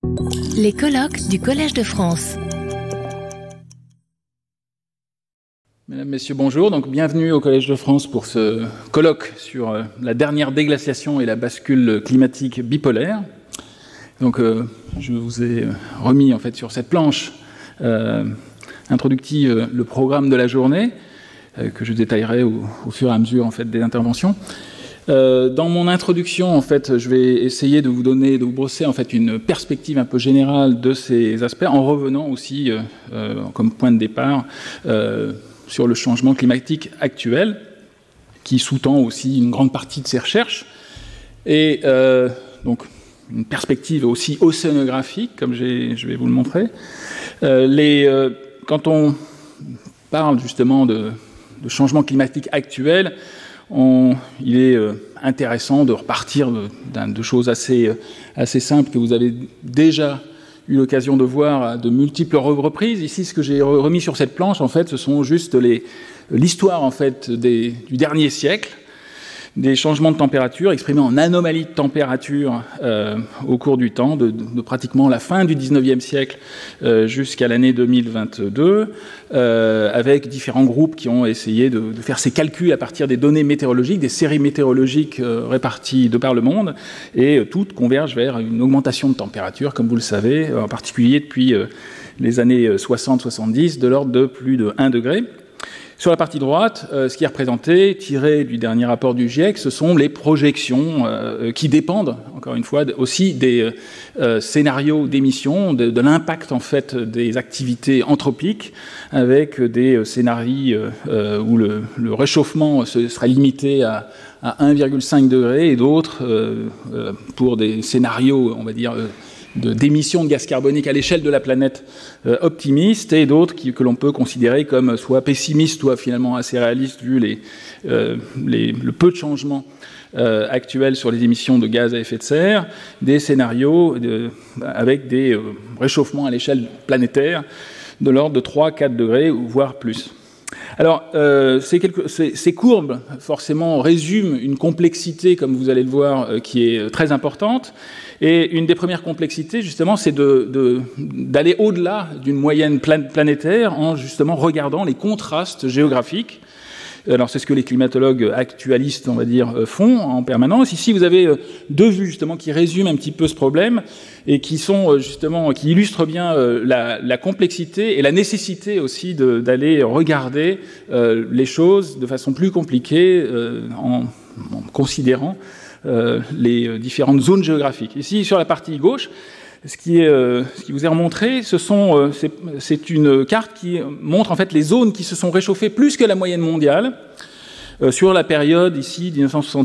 Les colloques du Collège de France. Mesdames, Messieurs, bonjour. Donc, bienvenue au Collège de France pour ce colloque sur la dernière déglaciation et la bascule climatique bipolaire. Donc, je vous ai remis en fait sur cette planche introductive le programme de la journée que je détaillerai au fur et à mesure en fait des interventions. Dans mon introduction, en fait, je vais essayer de vous brosser en fait une perspective un peu générale de ces aspects, en revenant aussi comme point de départ sur le changement climatique actuel, qui sous-tend aussi une grande partie de ces recherches, et donc une perspective aussi océanographique, comme je vais vous le montrer. Quand on parle justement de changement climatique actuel, il est intéressant de repartir de choses assez simples que vous avez déjà eu l'occasion de voir à de multiples reprises. Ici, ce que j'ai remis sur cette planche, en fait, ce sont juste l'histoire en fait du dernier siècle, des changements de température exprimés en anomalies de température au cours du temps, de pratiquement la fin du 19e siècle jusqu'à l'année 2022, avec différents groupes qui ont essayé de faire ces calculs à partir des données météorologiques, des séries météorologiques réparties de par le monde, et toutes convergent vers une augmentation de température, comme vous le savez, en particulier depuis les années 60-70, de l'ordre de plus de 1 degré. Sur la partie droite, ce qui est représenté, tiré du dernier rapport du GIEC, ce sont les projections qui dépendent, encore une fois, aussi des scénarios d'émissions, de l'impact en fait des activités anthropiques, avec des scénarios où le réchauffement serait limité à 1,5 degré et d'autres pour des scénarios, on va dire, d'émissions de gaz carbonique à l'échelle de la planète optimistes, et d'autres que l'on peut considérer comme soit pessimistes, soit finalement assez réalistes vu le peu de changements actuels sur les émissions de gaz à effet de serre, des scénarios avec des réchauffements à l'échelle planétaire de l'ordre de 3-4 degrés, voire plus. Alors, ces courbes, forcément, résument une complexité, comme vous allez le voir, qui est très importante. Et une des premières complexités, justement, c'est d'aller au-delà d'une moyenne planétaire en, justement, regardant les contrastes géographiques. Alors, c'est ce que les climatologues actualistes, on va dire, font en permanence. Ici, vous avez deux vues, justement, qui résument un petit peu ce problème et qui sont, justement, qui illustrent bien la complexité et la nécessité aussi d'aller regarder les choses de façon plus compliquée en considérant les différentes zones géographiques. Ici, sur la partie gauche, ce qui vous est remontré, c'est une carte qui montre en fait les zones qui se sont réchauffées plus que la moyenne mondiale sur la période ici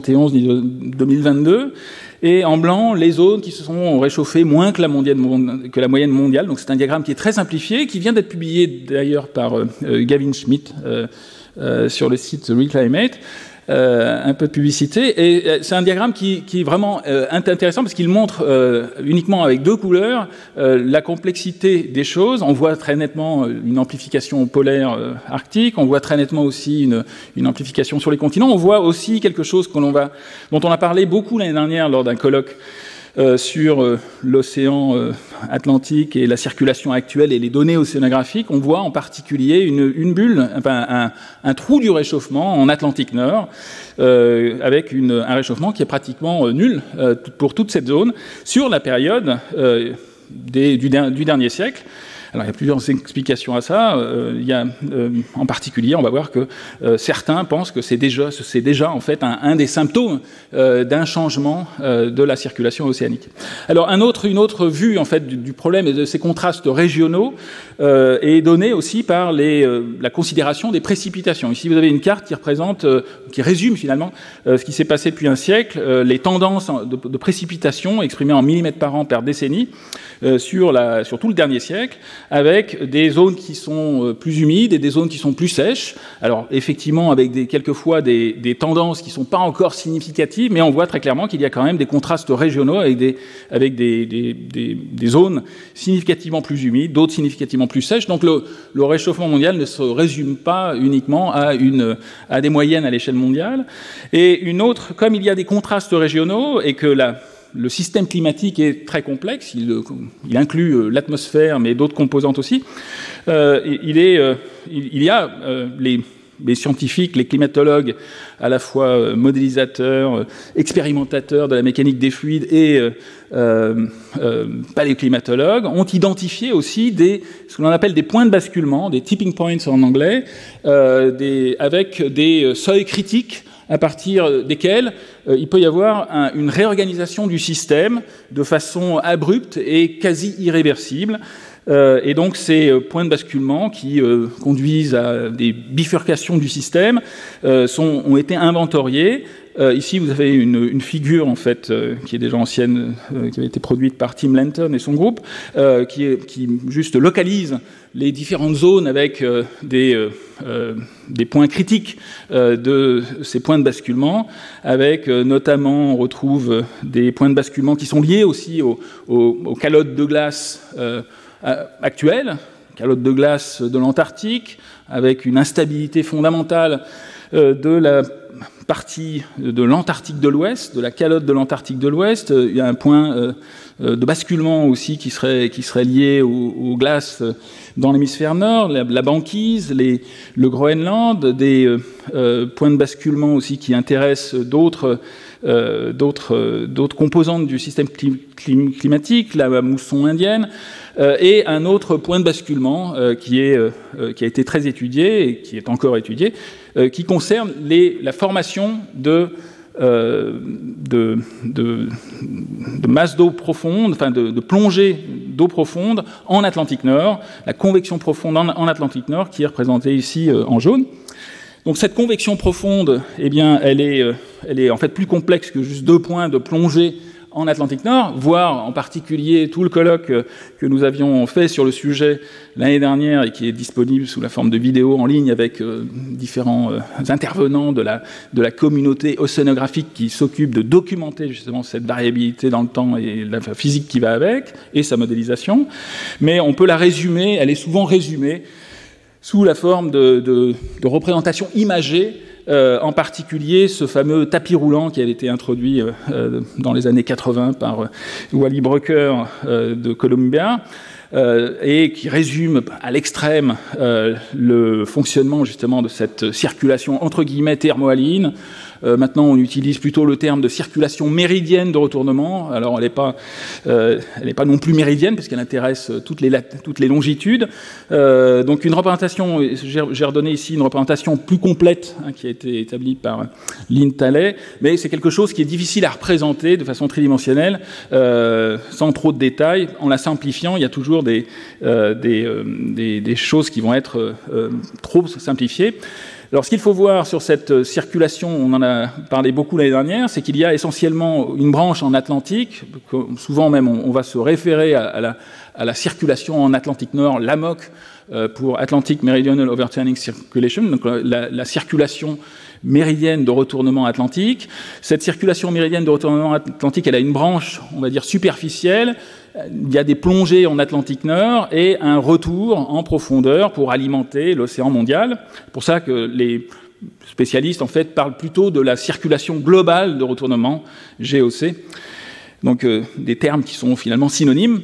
1971-2022, et en blanc les zones qui se sont réchauffées moins que la moyenne mondiale. Donc c'est un diagramme qui est très simplifié, qui vient d'être publié d'ailleurs par Gavin Schmidt sur le site Reclimate. Un peu de publicité, et c'est un diagramme qui est vraiment intéressant parce qu'il montre uniquement avec deux couleurs la complexité des choses. On voit très nettement une amplification polaire arctique, on voit très nettement aussi une amplification sur les continents, on voit aussi quelque chose dont on a parlé beaucoup l'année dernière lors d'un colloque sur l'océan Atlantique et la circulation actuelle et les données océanographiques. On voit en particulier une bulle, enfin un trou du réchauffement en Atlantique Nord, avec un réchauffement qui est pratiquement nul pour toute cette zone sur la période du dernier siècle. Alors, il y a plusieurs explications à ça. En particulier, on va voir que certains pensent que c'est déjà en fait un des symptômes d'un changement de la circulation océanique. Alors, une autre vue en fait du problème et de ces contrastes régionaux est donnée aussi par la considération des précipitations. Ici, vous avez une carte qui résume finalement ce qui s'est passé depuis un siècle, les tendances de précipitation exprimées en millimètres par an par décennie sur tout le dernier siècle, avec des zones qui sont plus humides et des zones qui sont plus sèches. Alors, effectivement, avec quelquefois des tendances qui ne sont pas encore significatives, mais on voit très clairement qu'il y a quand même des contrastes régionaux avec des zones significativement plus humides, d'autres significativement plus sèches. Donc, le réchauffement mondial ne se résume pas uniquement à des moyennes à l'échelle mondiale. Et une autre, comme il y a des contrastes régionaux et que le système climatique est très complexe, il inclut l'atmosphère, mais d'autres composantes aussi. Il y a les scientifiques, les climatologues, à la fois modélisateurs, expérimentateurs de la mécanique des fluides et paléoclimatologues, ont identifié aussi ce que l'on appelle des points de basculement, des tipping points en anglais, avec des seuils critiques à partir desquels il peut y avoir une réorganisation du système de façon abrupte et quasi irréversible. Et donc ces points de basculement qui conduisent à des bifurcations du système ont été inventoriés. Ici, vous avez une figure en fait qui est déjà ancienne, qui avait été produite par Tim Lenton et son groupe, qui juste localise les différentes zones avec des points critiques de ces points de basculement, avec notamment, on retrouve des points de basculement qui sont liés aussi aux calottes de glace actuelles, calottes de glace de l'Antarctique, avec une instabilité fondamentale de la partie de l'Antarctique de l'Ouest, de la calotte de l'Antarctique de l'Ouest. Il y a un point de basculement aussi qui serait lié aux glaces dans l'hémisphère nord, la banquise, le Groenland, des points de basculement aussi qui intéressent d'autres composantes du système climatique, la mousson indienne, et un autre point de basculement qui a été très étudié et qui est encore étudié, qui concerne la formation de masses d'eau profonde, enfin de plongées d'eau profonde en Atlantique Nord, la convection profonde en Atlantique Nord, qui est représentée ici en jaune. Donc cette convection profonde, eh bien, elle est en fait plus complexe que juste 2 points de plongée en Atlantique Nord, voire en particulier tout le colloque que nous avions fait sur le sujet l'année dernière et qui est disponible sous la forme de vidéos en ligne avec différents intervenants de la communauté océanographique qui s'occupe de documenter justement cette variabilité dans le temps et la physique qui va avec, et sa modélisation. Mais on peut la résumer, elle est souvent résumée sous la forme de représentations imagées, en particulier ce fameux tapis roulant qui avait été introduit dans les années 80 par Wally Brucker de Columbia, et qui résume à l'extrême le fonctionnement justement de cette circulation entre guillemets thermohaline. Maintenant, on utilise plutôt le terme de circulation méridienne de retournement. Alors, elle n'est pas non plus méridienne, parce qu'elle intéresse toutes les longitudes. Donc, une représentation, j'ai redonné ici une représentation plus complète, qui a été établie par Lynn Talley, mais c'est quelque chose qui est difficile à représenter de façon tridimensionnelle, sans trop de détails. En la simplifiant, il y a toujours des choses qui vont être trop simplifiées. Alors, ce qu'il faut voir sur cette circulation, on en a parlé beaucoup l'année dernière, c'est qu'il y a essentiellement une branche en Atlantique. Souvent même, on va se référer à la circulation en Atlantique Nord, l'AMOC, pour Atlantic Meridional Overturning Circulation, donc la circulation méridienne de retournement atlantique. Cette circulation méridienne de retournement atlantique, elle a une branche, on va dire, superficielle. Il y a des plongées en Atlantique Nord et un retour en profondeur pour alimenter l'océan mondial. C'est pour ça que les spécialistes, en fait, parlent plutôt de la circulation globale de retournement, GOC. Donc, des termes qui sont finalement synonymes.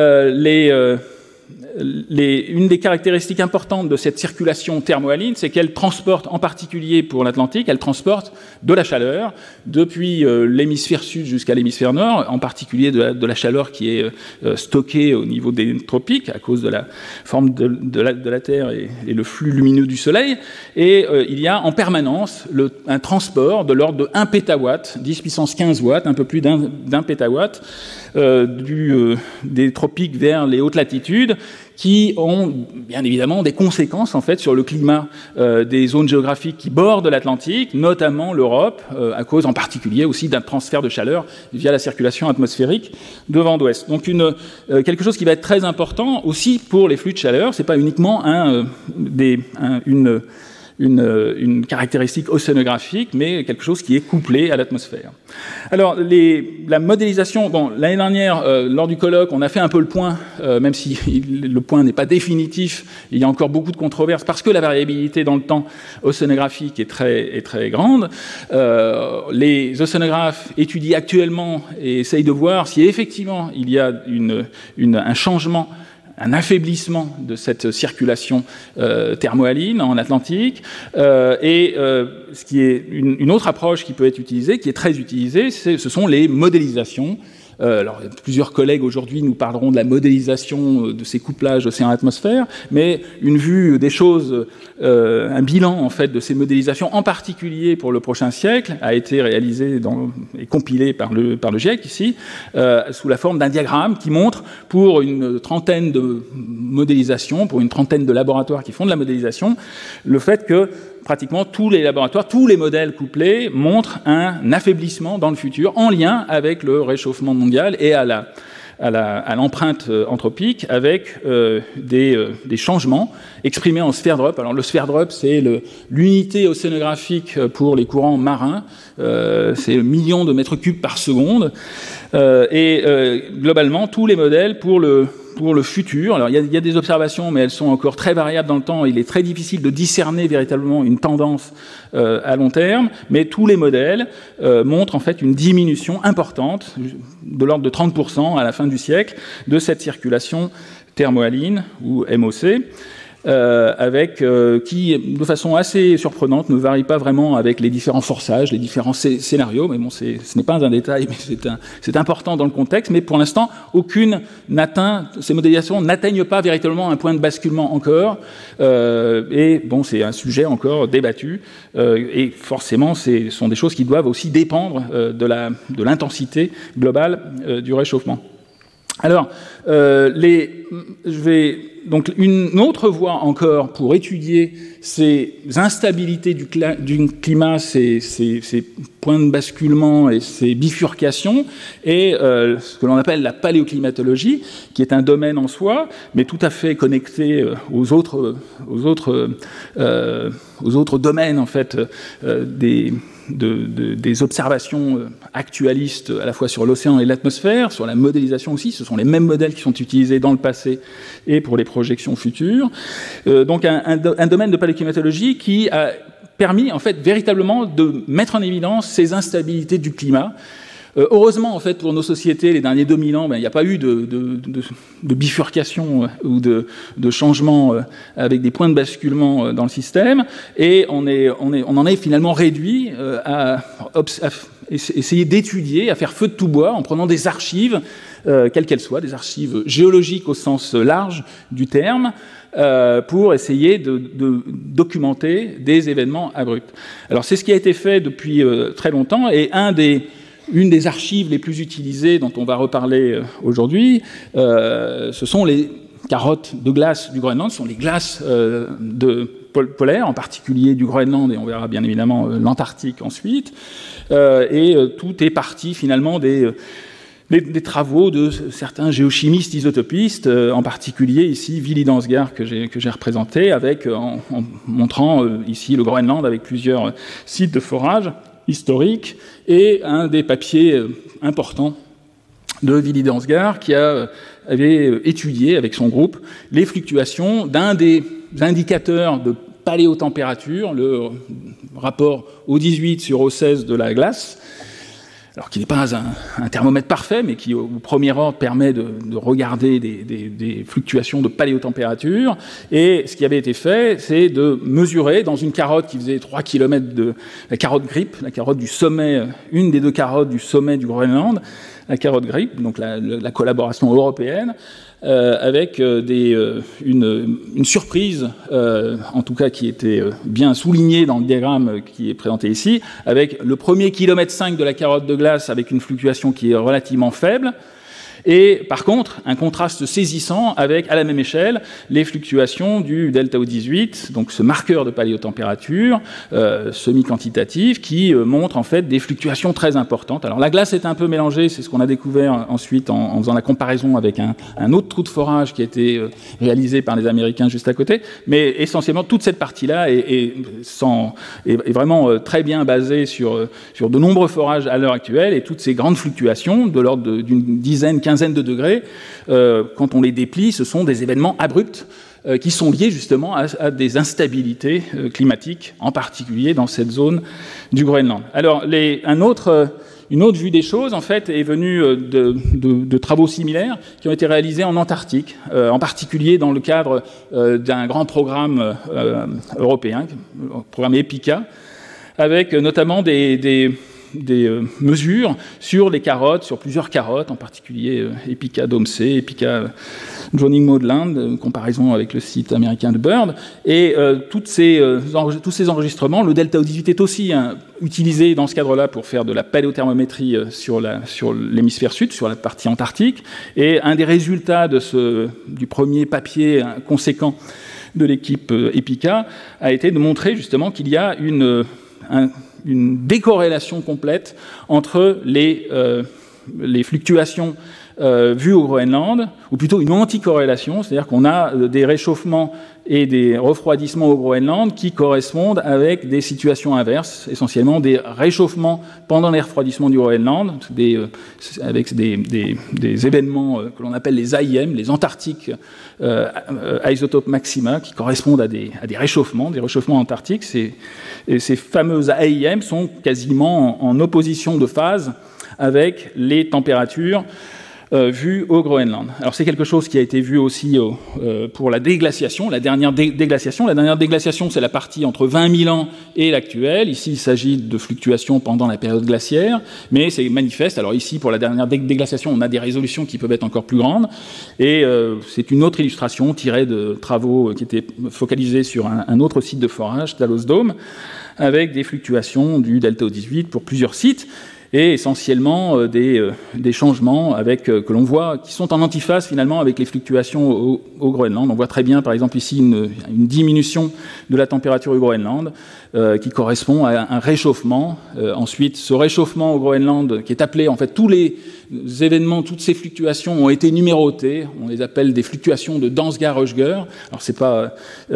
Une des caractéristiques importantes de cette circulation thermohaline, c'est qu'elle transporte, en particulier pour l'Atlantique, elle transporte de la chaleur depuis l'hémisphère sud jusqu'à l'hémisphère nord, en particulier de la chaleur qui est stockée au niveau des tropiques à cause de la forme de la Terre et le flux lumineux du Soleil. Et il y a en permanence un transport de l'ordre de 1 pétawatt, 10 puissance 15 watts, un peu plus d'un pétawatt, des tropiques vers les hautes latitudes, qui ont bien évidemment des conséquences en fait sur le climat des zones géographiques qui bordent l'Atlantique, notamment l'Europe, à cause en particulier aussi d'un transfert de chaleur via la circulation atmosphérique de vent d'ouest. Donc quelque chose qui va être très important aussi pour les flux de chaleur, c'est pas uniquement une caractéristique océanographique, mais quelque chose qui est couplé à l'atmosphère. Alors, la modélisation, bon, l'année dernière, lors du colloque, on a fait un peu le point, même si le point n'est pas définitif, il y a encore beaucoup de controverses, parce que la variabilité dans le temps océanographique est très grande. Les océanographes étudient actuellement et essayent de voir si effectivement il y a un changement, un affaiblissement de cette circulation thermohaline en Atlantique. Ce qui est une autre approche qui peut être utilisée, qui est très utilisée, ce sont les modélisations. Alors, plusieurs collègues aujourd'hui nous parleront de la modélisation de ces couplages océan-atmosphère, mais une vue des choses, un bilan en fait de ces modélisations, en particulier pour le prochain siècle, a été réalisé et compilé par le GIEC ici, sous la forme d'un diagramme qui montre pour une trentaine de modélisations, pour une trentaine de laboratoires qui font de la modélisation, le fait que pratiquement tous les laboratoires, tous les modèles couplés montrent un affaiblissement dans le futur en lien avec le réchauffement mondial et à l'empreinte anthropique avec des changements exprimés en sphere drop. Alors le sphere drop, c'est l'unité océanographique pour les courants marins, c'est millions de mètres cubes par seconde, globalement tous les modèles pour le futur. Alors, il y a des observations, mais elles sont encore très variables dans le temps. Il est très difficile de discerner véritablement une tendance à long terme, mais tous les modèles montrent en fait une diminution importante, de l'ordre de 30% à la fin du siècle, de cette circulation thermohaline, ou MOC, qui, de façon assez surprenante, ne varie pas vraiment avec les différents forçages, les différents scénarios, mais bon, ce n'est pas un détail, mais c'est important dans le contexte, mais pour l'instant, ces modélisations n'atteignent pas véritablement un point de basculement encore, et bon, c'est un sujet encore débattu, et forcément, ce sont des choses qui doivent aussi dépendre de l'intensité globale du réchauffement. Alors, donc une autre voie encore pour étudier ces instabilités du climat, ces points de basculement et ces bifurcations, et ce que l'on appelle la paléoclimatologie, qui est un domaine en soi, mais tout à fait connecté aux autres domaines en fait des observations actualistes à la fois sur l'océan et l'atmosphère, sur la modélisation aussi. Ce sont les mêmes modèles qui sont utilisés dans le passé et pour les projections futures. Donc un domaine de paléoclimatologie qui a permis en fait véritablement de mettre en évidence ces instabilités du climat. Heureusement, en fait, pour nos sociétés, les derniers 2000 ans, il n'y a pas eu de bifurcation ou de changement avec des points de basculement dans le système, et on en est finalement réduit à essayer d'étudier, à faire feu de tout bois, en prenant des archives, quelles qu'elles soient, des archives géologiques au sens large du terme, pour essayer de documenter des événements abrupts. Alors c'est ce qui a été fait depuis très longtemps, et une des archives les plus utilisées dont on va reparler aujourd'hui, ce sont les carottes de glace du Groenland, ce sont les glaces polaires, en particulier du Groenland, et on verra bien évidemment l'Antarctique ensuite. Et tout est parti finalement des travaux de certains géochimistes isotopistes, en particulier ici Willy Dansgaard que j'ai représenté, en montrant ici le Groenland avec plusieurs sites de forage historiques, et un des papiers importants de Willy Dansgaard qui avait étudié avec son groupe les fluctuations d'un des indicateurs de paléotempérature, le rapport O18 sur O16 de la glace, alors qui n'est pas un thermomètre parfait, mais qui, au premier ordre, permet de regarder des fluctuations de paléotempérature. Et ce qui avait été fait, c'est de mesurer dans une carotte qui faisait 3 km la carotte Grip, la carotte du sommet, une des deux carottes du sommet du Groenland, la carotte Grip, donc la collaboration européenne, avec une surprise, en tout cas qui était bien soulignée dans le diagramme qui est présenté ici, avec le premier kilomètre 5 de la carotte de glace avec une fluctuation qui est relativement faible, Et par contre, un contraste saisissant avec, à la même échelle, les fluctuations du delta O18, donc ce marqueur de paléotempérature semi-quantitatif qui montre en fait des fluctuations très importantes. Alors la glace est un peu mélangée, c'est ce qu'on a découvert ensuite en faisant la comparaison avec un autre trou de forage qui a été réalisé par les Américains juste à côté, mais essentiellement toute cette partie-là est vraiment très bien basée sur de nombreux forages à l'heure actuelle, et toutes ces grandes fluctuations de l'ordre d'une dizaine, quinzaine de degrés, quand on les déplie, ce sont des événements abrupts qui sont liés justement à des instabilités climatiques, en particulier dans cette zone du Groenland. Alors, une autre vue des choses, en fait, est venue de travaux similaires qui ont été réalisés en Antarctique, en particulier dans le cadre d'un grand programme européen, le programme EPICA, avec notamment des mesures sur les carottes, sur plusieurs carottes, en particulier Epica Domsey, Epica Johnning Maudland, comparaison avec le site américain de Bird. Et tous ces enregistrements, le delta O18 est aussi utilisé dans ce cadre-là pour faire de la paléothermométrie sur l'hémisphère sud, sur la partie antarctique. Et un des résultats du premier papier conséquent de l'équipe Epica a été de montrer justement qu'il y a une décorrélation complète entre les fluctuations vues au Groenland, ou plutôt une anticorrélation, c'est-à-dire qu'on a des réchauffements et des refroidissements au Groenland qui correspondent avec des situations inverses, essentiellement des réchauffements pendant les refroidissements du Groenland, avec des événements que l'on appelle les AIM, les Antarctic Isotope Maxima, qui correspondent à des réchauffements antarctiques. Ces fameux AIM sont quasiment en opposition de phase avec les températures vues au Groenland. Alors c'est quelque chose qui a été vu aussi pour la déglaciation, la dernière déglaciation. La dernière déglaciation, c'est la partie entre 20 000 ans et l'actuelle. Ici, il s'agit de fluctuations pendant la période glaciaire, mais c'est manifeste. Alors ici, pour la dernière déglaciation, on a des résolutions qui peuvent être encore plus grandes, et c'est une autre illustration tirée de travaux qui étaient focalisés sur un autre site de forage, Talos Dome, avec des fluctuations du delta O18 pour plusieurs sites, et essentiellement des changements que l'on voit, qui sont en antiphase finalement avec les fluctuations au Groenland. On voit très bien, par exemple, ici une diminution de la température du Groenland qui correspond à un réchauffement. Ensuite, ce réchauffement au Groenland, qui est appelé, en fait, tous les événements, toutes ces fluctuations ont été numérotées. On les appelle des fluctuations de Dansgaard-Oeschger. Alors, c'est pas...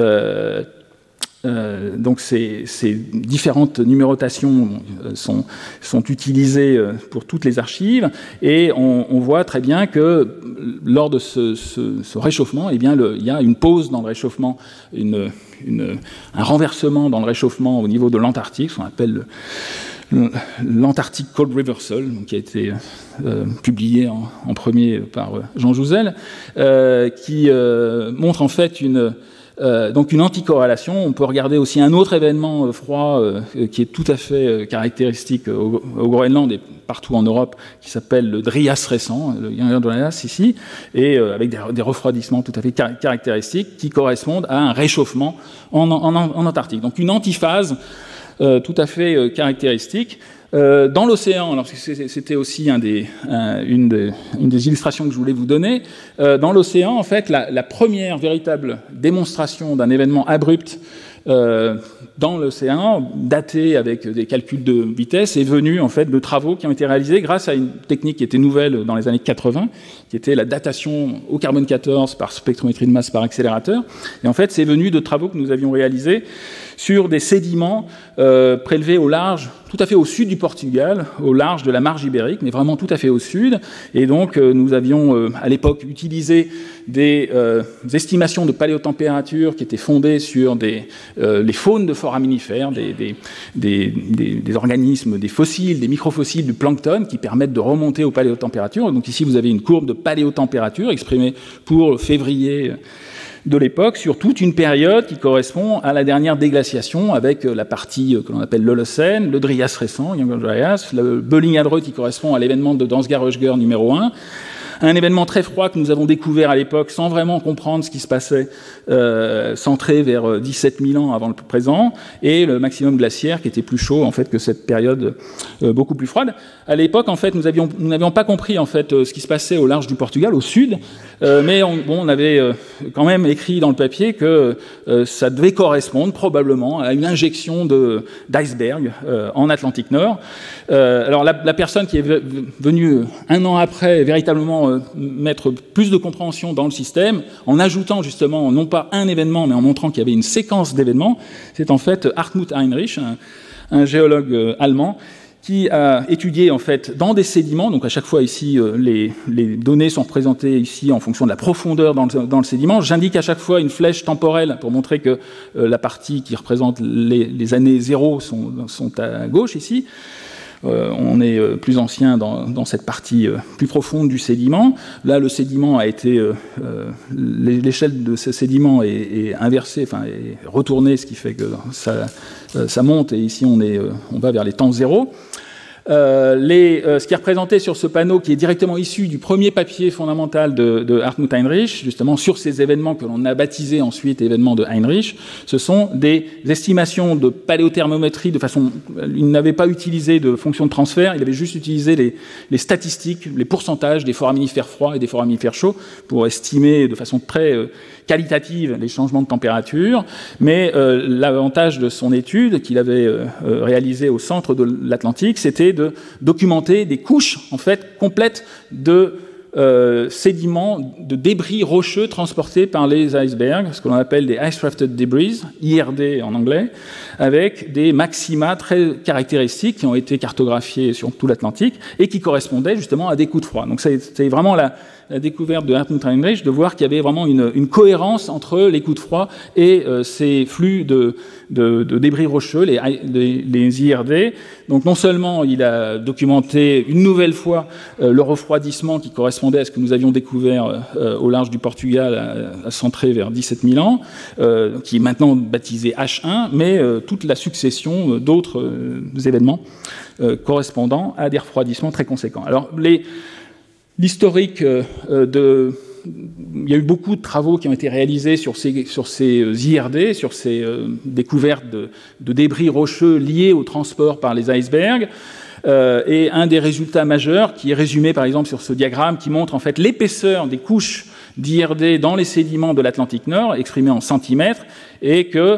donc ces différentes numérotations sont utilisées pour toutes les archives, et on voit très bien que lors de ce réchauffement, eh bien, il y a une pause dans le réchauffement, un renversement dans le réchauffement au niveau de l'Antarctique, ce qu'on appelle l'Antarctic Cold Reversal, qui a été publié en premier par Jean Jouzel, qui montre en fait donc une anticorrélation. On peut regarder aussi un autre événement froid qui est tout à fait caractéristique au Groenland et partout en Europe, qui s'appelle le Dryas récent, le Dryas ici, et avec des refroidissements tout à fait caractéristiques qui correspondent à un réchauffement en Antarctique. Donc une antiphase tout à fait caractéristique. Dans l'océan, alors c'était aussi une des illustrations que je voulais vous donner, dans l'océan, en fait, la première véritable démonstration d'un événement abrupt dans l'océan, daté avec des calculs de vitesse, est venue en fait de travaux qui ont été réalisés grâce à une technique qui était nouvelle dans les années 80, qui était la datation au carbone 14 par spectrométrie de masse par accélérateur. Et en fait, c'est venu de travaux que nous avions réalisés sur des sédiments prélevés au large, tout à fait au sud du Portugal, au large de la marge ibérique, mais vraiment tout à fait au sud. Et donc, nous avions à l'époque utilisé des estimations de paléotempérature qui étaient fondées sur les faunes de foraminifères, des organismes, des fossiles, des microfossiles du plancton qui permettent de remonter aux paléotempératures. Donc ici, vous avez une courbe de paléotempérature exprimée pour février de l'époque sur toute une période qui correspond à la dernière déglaciation, avec la partie que l'on appelle l'Holocène, le Dryas récent, Younger Dryas, le Bölling-Adreux qui correspond à l'événement de Dansgaard-Oeschger numéro 1, Un événement très froid que nous avons découvert à l'époque sans vraiment comprendre ce qui se passait, centré vers 17 000 ans avant le présent, et le maximum glaciaire qui était plus chaud en fait que cette période beaucoup plus froide. À l'époque, en fait, nous n'avions pas compris en fait ce qui se passait au large du Portugal, au sud, mais on avait quand même écrit dans le papier que ça devait correspondre probablement à une injection d'iceberg en Atlantique Nord. Alors la personne qui est venue un an après véritablement mettre plus de compréhension dans le système, en ajoutant justement non pas un événement, mais en montrant qu'il y avait une séquence d'événements, c'est en fait Hartmut Heinrich, un géologue allemand, qui a étudié en fait dans des sédiments, donc à chaque fois ici les données sont représentées ici en fonction de la profondeur dans le sédiment. J'indique à chaque fois une flèche temporelle pour montrer que la partie qui représente les années 0 sont à gauche ici. On est plus ancien dans cette partie plus profonde du sédiment. Là, le sédiment a été... l'échelle de ce sédiment est inversée, enfin est retournée, ce qui fait que ça monte, et ici on va vers les temps zéro. Ce qui est représenté sur ce panneau, qui est directement issu du premier papier fondamental de Hartmut Heinrich, justement sur ces événements que l'on a baptisés ensuite événements de Heinrich, ce sont des estimations de paléothermométrie de façon... Il n'avait pas utilisé de fonction de transfert, il avait juste utilisé les statistiques, les pourcentages des foraminifères froids et des foraminifères chauds pour estimer de façon très qualitative les changements de température. Mais l'avantage de son étude qu'il avait réalisée au centre de l'Atlantique, c'était de documenter des couches en fait complètes de sédiments, de débris rocheux transportés par les icebergs, ce que l'on appelle des ice-rafted debris, IRD en anglais, avec des maxima très caractéristiques qui ont été cartographiés sur tout l'Atlantique et qui correspondaient justement à des coups de froid. Donc c'est vraiment la découverte de Hartmut Heinrich de voir qu'il y avait vraiment une cohérence entre les coups de froid et ces flux de débris rocheux, les IRD. Donc non seulement il a documenté une nouvelle fois le refroidissement qui correspondait à ce que nous avions découvert au large du Portugal, centré vers 17 000 ans, qui est maintenant baptisé H1, mais toute la succession d'autres événements correspondant à des refroidissements très conséquents. Alors l'historique il y a eu beaucoup de travaux qui ont été réalisés sur ces IRD, sur ces découvertes de débris rocheux liés au transport par les icebergs. Et un des résultats majeurs, qui est résumé par exemple sur ce diagramme, qui montre en fait l'épaisseur des couches d'IRD dans les sédiments de l'Atlantique Nord, exprimés en centimètres, et que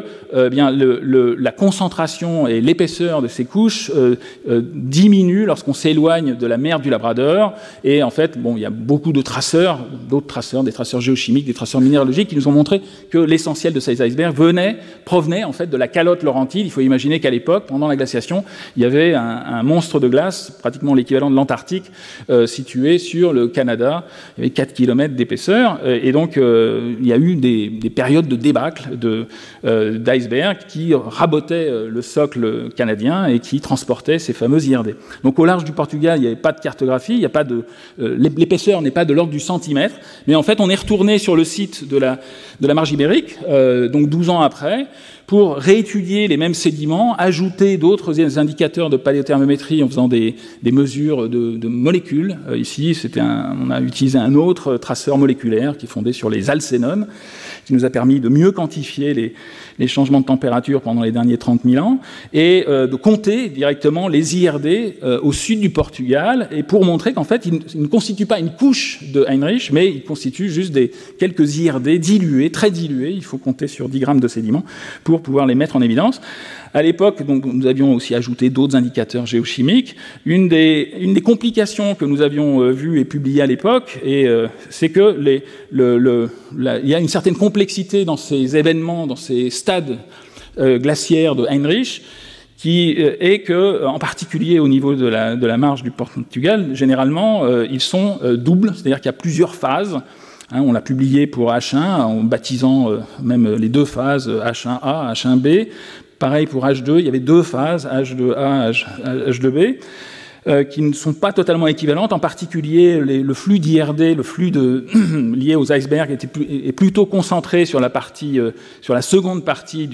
la concentration et l'épaisseur de ces couches diminuent lorsqu'on s'éloigne de la mer du Labrador. Et en fait, il y a beaucoup de traceurs, d'autres traceurs, des traceurs géochimiques, des traceurs minéralogiques, qui nous ont montré que l'essentiel de ces icebergs provenait en fait de la calotte laurentide. Il faut imaginer qu'à l'époque, pendant la glaciation, il y avait un monstre de glace, pratiquement l'équivalent de l'Antarctique, situé sur le Canada. Il y avait 4 km d'épaisseur. Et donc, il y a eu des périodes de débâcle d'iceberg qui rabotaient le socle canadien et qui transportaient ces fameux IRD. Donc au large du Portugal, il n'y avait pas de cartographie, l'épaisseur n'est pas de l'ordre du centimètre, mais en fait on est retourné sur le site de la marge ibérique, donc 12 ans après, pour réétudier les mêmes sédiments, ajouter d'autres indicateurs de paléothermométrie en faisant des mesures de molécules. Ici, on a utilisé un autre traceur moléculaire qui est fondé sur les alcénones, qui nous a permis de mieux quantifier les changements de température pendant les derniers 30 000 ans, et de compter directement les IRD au sud du Portugal, et pour montrer qu'en fait, ils ne constituent pas une couche de Heinrich, mais ils constituent juste quelques IRD dilués, très dilués. Il faut compter sur 10 grammes de sédiments pour pouvoir les mettre en évidence. À l'époque, donc, nous avions aussi ajouté d'autres indicateurs géochimiques. Une des complications que nous avions vues et publiées à l'époque, c'est que il y a une certaine complexité dans ces événements, dans ces stades glaciaires de Heinrich, qui est que, en particulier au niveau de la marge du Portugal, généralement, ils sont doubles, c'est-à-dire qu'il y a plusieurs phases. On l'a publié pour H1 en baptisant même les deux phases H1A, H1B. Pareil pour H2, il y avait deux phases, H2A, H2B. qui ne sont pas totalement équivalentes. En particulier, le flux d'IRD, le flux lié aux icebergs, est plutôt concentré sur la seconde partie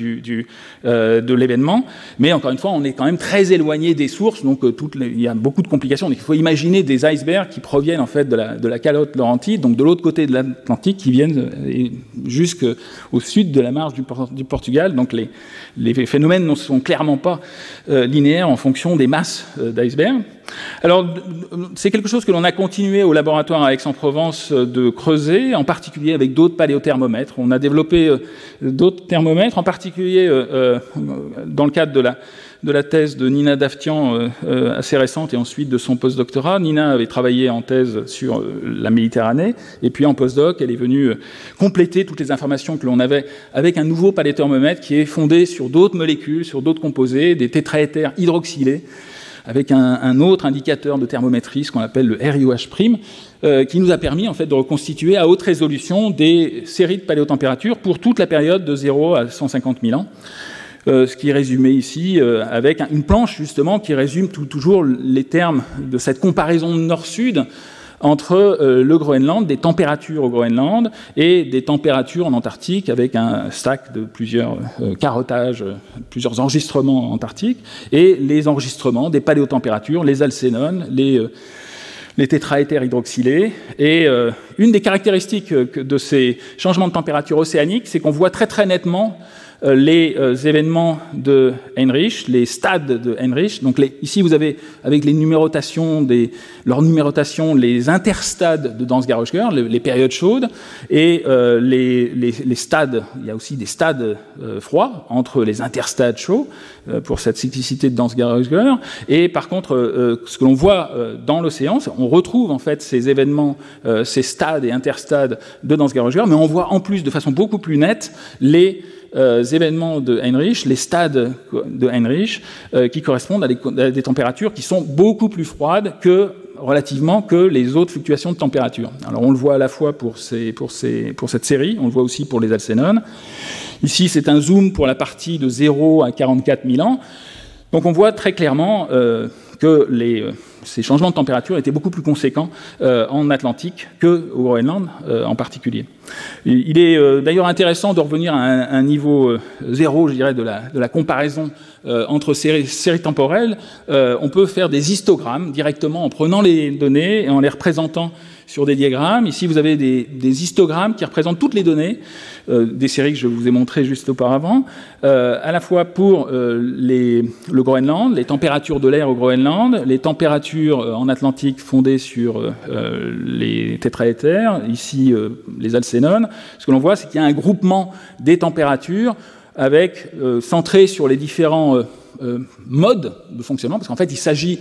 de l'événement. Mais encore une fois, on est quand même très éloigné des sources, donc il y a beaucoup de complications. Donc, il faut imaginer des icebergs qui proviennent en fait de la calotte laurentide, donc de l'autre côté de l'Atlantique, qui viennent jusqu'au sud de la marge du Portugal. Donc les phénomènes ne sont clairement pas linéaires en fonction des masses d'icebergs. Alors, c'est quelque chose que l'on a continué au laboratoire à Aix-en-Provence de creuser, en particulier avec d'autres paléothermomètres. On a développé d'autres thermomètres, en particulier dans le cadre de la thèse de Nina Daftian, assez récente, et ensuite de son postdoctorat. Nina avait travaillé en thèse sur la Méditerranée, et puis en postdoc, elle est venue compléter toutes les informations que l'on avait avec un nouveau paléothermomètre qui est fondé sur d'autres molécules, sur d'autres composés, des tétraéthers hydroxylés, avec un autre indicateur de thermométrie, ce qu'on appelle le RIOH', qui nous a permis en fait de reconstituer à haute résolution des séries de paléotempératures pour toute la période de 0 à 150 000 ans. Ce qui est résumé ici avec une planche justement qui résume toujours les termes de cette comparaison nord-sud entre le Groenland, des températures au Groenland et des températures en Antarctique, avec un stack de plusieurs carottages, plusieurs enregistrements antarctiques, et les enregistrements des paléotempératures, les alcénones, les tétraéthers hydroxylés. Et une des caractéristiques de ces changements de température océanique, c'est qu'on voit très très nettement les événements de Heinrich, les stades de Heinrich. Donc ici, vous avez, avec les numérotations, leur numérotation, les interstades de Dansgaard-Oeschger, les périodes chaudes, et les stades. Il y a aussi des stades froids entre les interstades chauds, pour cette cyclicité de Dansgaard-Oeschger. Et par contre, ce que l'on voit dans l'océan, on retrouve en fait ces événements, ces stades et interstades de Dansgaard-Oeschger, mais on voit en plus, de façon beaucoup plus nette, les événements de Heinrich, les stades de Heinrich, qui correspondent à des températures qui sont beaucoup plus froides relativement que les autres fluctuations de température. Alors on le voit à la fois pour cette série, on le voit aussi pour les alcénones. Ici, c'est un zoom pour la partie de 0 à 44 000 ans. Donc on voit très clairement que ces changements de température étaient beaucoup plus conséquents en Atlantique qu'au Groenland en particulier. Il est d'ailleurs intéressant de revenir à un niveau zéro, je dirais, de la comparaison entre séries temporelles. On peut faire des histogrammes directement en prenant les données et en les représentant sur des diagrammes. Ici, vous avez des histogrammes qui représentent toutes les données des séries que je vous ai montrées juste auparavant, à la fois pour le Groenland, les températures de l'air au Groenland, les températures en Atlantique fondées sur les tétraéthers, ici les alcénones. Ce que l'on voit, c'est qu'il y a un groupement des températures centré sur les différents modes de fonctionnement, parce qu'en fait, il s'agit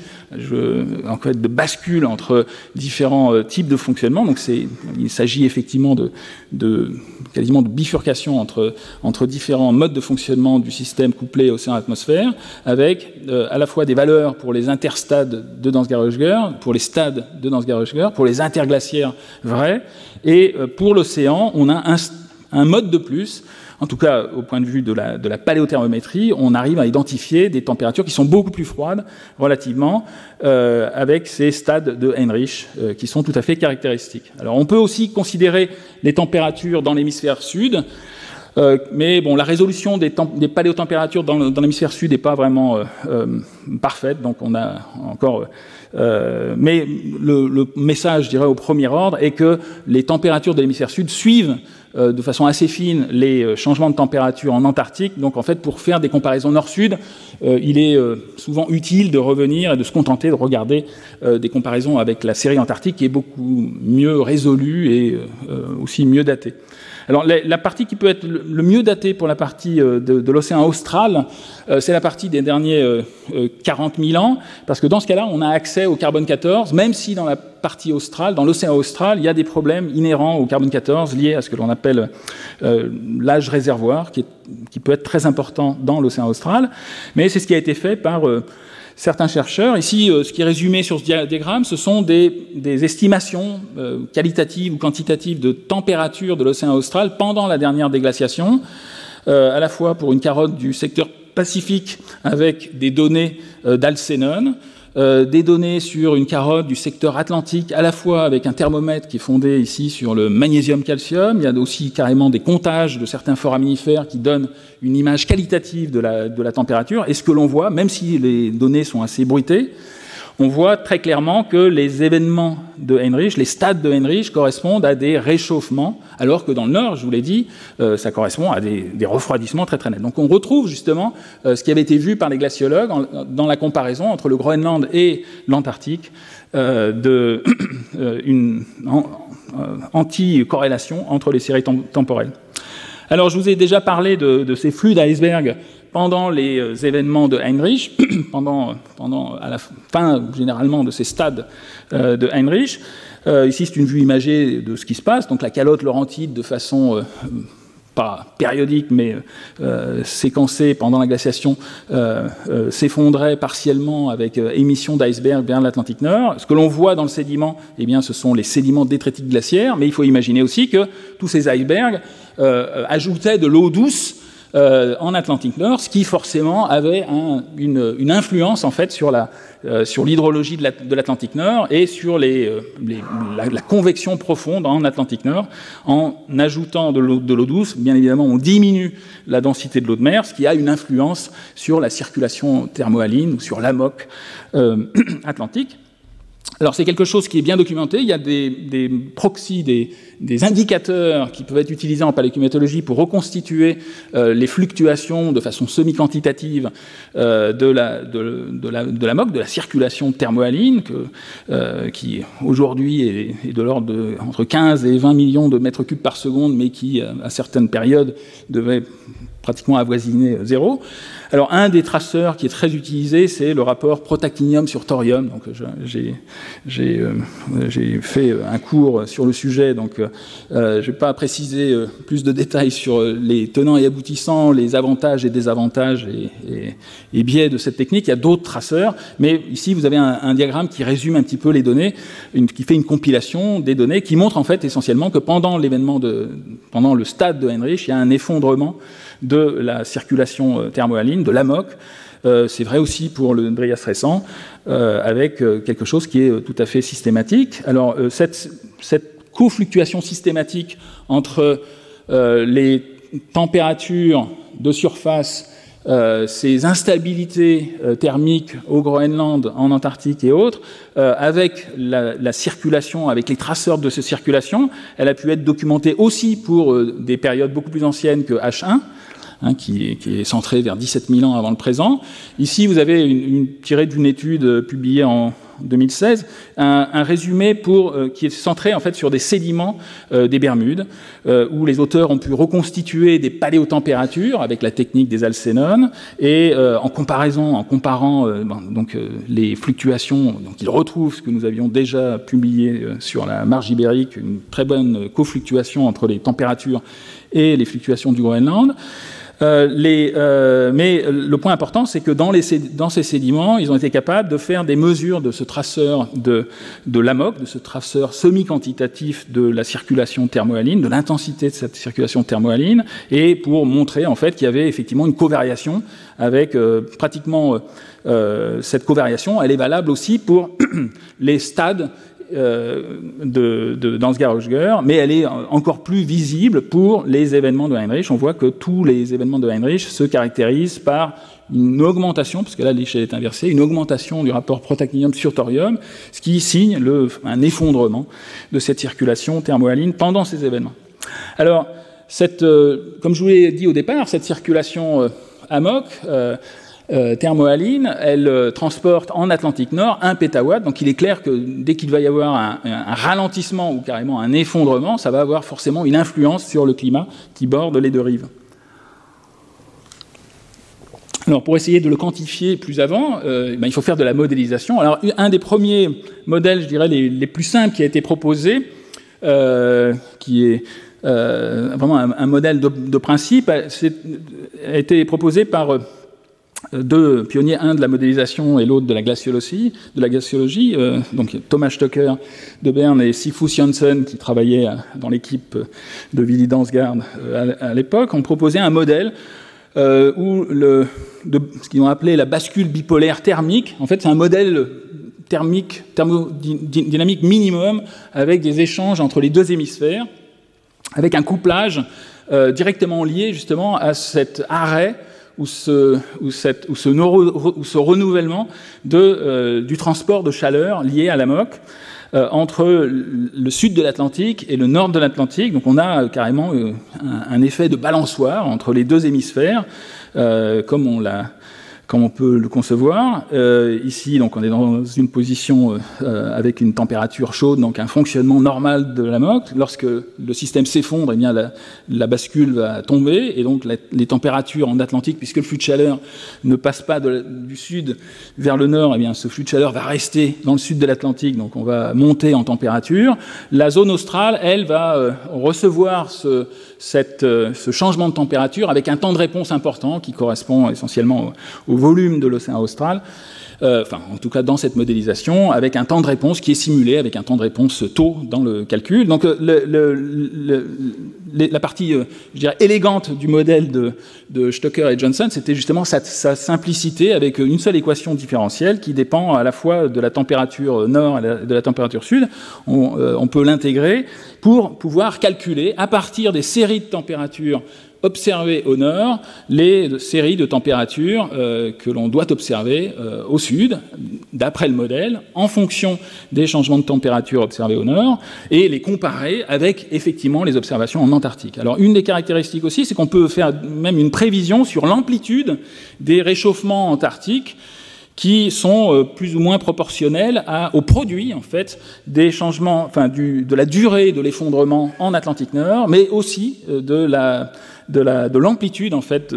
de bascule entre différents types de fonctionnement. Donc, il s'agit effectivement quasiment de bifurcation entre différents modes de fonctionnement du système couplé océan-atmosphère, avec à la fois des valeurs pour les interstades de Dansgaard-Oeschger, pour les stades de Dansgaard-Oeschger, pour les interglaciaires vrais, et pour l'océan, on a un mode de plus. En tout cas, au point de vue de la paléothermométrie, on arrive à identifier des températures qui sont beaucoup plus froides, relativement, avec ces stades de Heinrich, qui sont tout à fait caractéristiques. Alors, on peut aussi considérer les températures dans l'hémisphère sud, mais bon, la résolution des paléotempératures dans l'hémisphère sud n'est pas vraiment parfaite, donc on a encore... mais le message, je dirais, au premier ordre est que les températures de l'hémisphère sud suivent de façon assez fine les changements de température en Antarctique. Donc en fait, pour faire des comparaisons nord-sud, il est souvent utile de revenir et de se contenter de regarder des comparaisons avec la série antarctique qui est beaucoup mieux résolue et aussi mieux datée. Alors la partie qui peut être le mieux datée pour la partie de l'océan austral, c'est la partie des derniers 40 000 ans, parce que dans ce cas-là, on a accès au carbone 14, même si dans la partie australe, dans l'océan austral, il y a des problèmes inhérents au carbone 14 liés à ce que l'on appelle l'âge réservoir, qui peut être très important dans l'océan austral, mais c'est ce qui a été fait par certains chercheurs. Ici, ce qui est résumé sur ce diagramme, ce sont des estimations qualitatives ou quantitatives de température de l'océan austral pendant la dernière déglaciation, à la fois pour une carotte du secteur Pacifique avec des données d'alcénones, des données sur une carotte du secteur atlantique, à la fois avec un thermomètre qui est fondé ici sur le magnésium-calcium. Il y a aussi carrément des comptages de certains foraminifères qui donnent une image qualitative de la température. Et ce que l'on voit, même si les données sont assez bruitées, on voit très clairement que les événements de Heinrich, les stades de Heinrich correspondent à des réchauffements, alors que dans le Nord, je vous l'ai dit, ça correspond à des refroidissements très très nets. Donc on retrouve justement ce qui avait été vu par les glaciologues dans la comparaison entre le Groenland et l'Antarctique, une anti-corrélation entre les séries temporelles. Alors je vous ai déjà parlé de ces flux d'iceberg pendant les événements de Heinrich, à la fin généralement de ces stades de Heinrich. Ici, c'est une vue imagée de ce qui se passe. Donc la calotte laurentide, de façon pas périodique, mais séquencée pendant la glaciation, s'effondrait partiellement avec émission d'iceberg vers l'Atlantique Nord. Ce que l'on voit dans le sédiment, eh bien, ce sont les sédiments détritiques glaciaires, mais il faut imaginer aussi que tous ces icebergs ajoutaient de l'eau douce en Atlantique Nord, ce qui forcément avait une influence en fait sur l'hydrologie de l'Atlantique Nord et sur la convection profonde en Atlantique Nord. En ajoutant de l'eau douce, bien évidemment, on diminue la densité de l'eau de mer, ce qui a une influence sur la circulation thermohaline ou sur l'amok atlantique. Alors c'est quelque chose qui est bien documenté. Il y a des proxys, des indicateurs qui peuvent être utilisés en paléoclimatologie pour reconstituer les fluctuations de façon semi-quantitative de la MOC, de la circulation thermohaline, qui aujourd'hui est de l'ordre de entre 15 et 20 millions de mètres cubes par seconde, mais qui, à certaines périodes, devait pratiquement avoisiner zéro. Alors, un des traceurs qui est très utilisé, c'est le rapport protactinium sur thorium. Donc, j'ai fait un cours sur le sujet, donc je ne vais pas préciser plus de détails sur les tenants et aboutissants, les avantages et désavantages et biais de cette technique. Il y a d'autres traceurs, mais ici, vous avez un diagramme qui résume un petit peu les données, qui fait une compilation des données, qui montre en fait essentiellement que pendant le stade de Heinrich, il y a un effondrement de la circulation thermohaline, de l'AMOC. C'est vrai aussi pour le Dryas récent, avec quelque chose qui est tout à fait systématique. Alors, cette co-fluctuation systématique entre les températures de surface, ces instabilités thermiques au Groenland, en Antarctique et autres, avec la circulation, avec les traceurs de ces circulations, elle a pu être documentée aussi pour des périodes beaucoup plus anciennes que H1, qui est centré vers 17 000 ans avant le présent. Ici, vous avez tiré d'une étude publiée en 2016, un résumé qui est centré en fait sur des sédiments des Bermudes, où les auteurs ont pu reconstituer des paléotempératures avec la technique des alcénones, et en comparant les fluctuations, donc ils retrouvent ce que nous avions déjà publié sur la marge ibérique, une très bonne cofluctuation entre les températures et les fluctuations du Groenland. Mais le point important, c'est que dans ces sédiments, ils ont été capables de faire des mesures de ce traceur de l'AMOC, de ce traceur semi-quantitatif de la circulation thermohaline, de l'intensité de cette circulation thermohaline, et pour montrer en fait qu'il y avait effectivement une covariation avec pratiquement cette covariation, elle est valable aussi pour les stades d'Ansgar-Ogier, mais elle est encore plus visible pour les événements de Heinrich. On voit que tous les événements de Heinrich se caractérisent par une augmentation, parce que là l'échelle est inversée, une augmentation du rapport protactinium sur thorium, ce qui signe un effondrement de cette circulation thermohaline pendant ces événements. Alors, comme je vous l'ai dit au départ, cette circulation AMOC, thermohaline, elle transporte en Atlantique Nord 1 pétawatt, donc il est clair que dès qu'il va y avoir un ralentissement ou carrément un effondrement, ça va avoir forcément une influence sur le climat qui borde les deux rives. Alors pour essayer de le quantifier plus avant, il faut faire de la modélisation. Alors un des premiers modèles, je dirais les plus simples qui a été proposé, qui est vraiment un modèle de principe, a été proposé par deux pionniers, un de la modélisation et l'autre de la glaciologie, donc Thomas Stocker de Berne et Sigfús Jonsson, qui travaillaient dans l'équipe de Willy Dansgaard à l'époque, ont proposé un modèle où ce qu'ils ont appelé la bascule bipolaire thermique. En fait, c'est un modèle thermodynamique minimum avec des échanges entre les deux hémisphères, avec un couplage directement lié justement à cet arrêt ou ce renouvellement du transport de chaleur lié à la MOC entre le sud de l'Atlantique et le nord de l'Atlantique. Donc on a carrément un effet de balançoire entre les deux hémisphères, comme on peut le concevoir. Ici, donc, on est dans une position avec une température chaude, donc un fonctionnement normal de la MOC. Lorsque le système s'effondre, eh bien, la bascule va tomber, et donc les températures en Atlantique, puisque le flux de chaleur ne passe pas du sud vers le nord, eh bien, ce flux de chaleur va rester dans le sud de l'Atlantique, donc on va monter en température. La zone australe, elle, va recevoir ce changement de température avec un temps de réponse important qui correspond essentiellement au volume de l'océan austral, en tout cas dans cette modélisation, avec un temps de réponse qui est simulé, avec un temps de réponse tôt dans le calcul. Donc la partie, je dirais, élégante du modèle de Stocker et Johnson, c'était justement sa simplicité avec une seule équation différentielle qui dépend à la fois de la température nord et de la température sud. On peut l'intégrer pour pouvoir calculer, à partir des séries de températures observer au nord les séries de températures que l'on doit observer au sud, d'après le modèle, en fonction des changements de température observés au nord, et les comparer avec effectivement les observations en Antarctique. Alors une des caractéristiques aussi, c'est qu'on peut faire même une prévision sur l'amplitude des réchauffements antarctiques qui sont plus ou moins proportionnels au produit en fait des changements, de la durée de l'effondrement en Atlantique Nord, mais aussi de l'amplitude en fait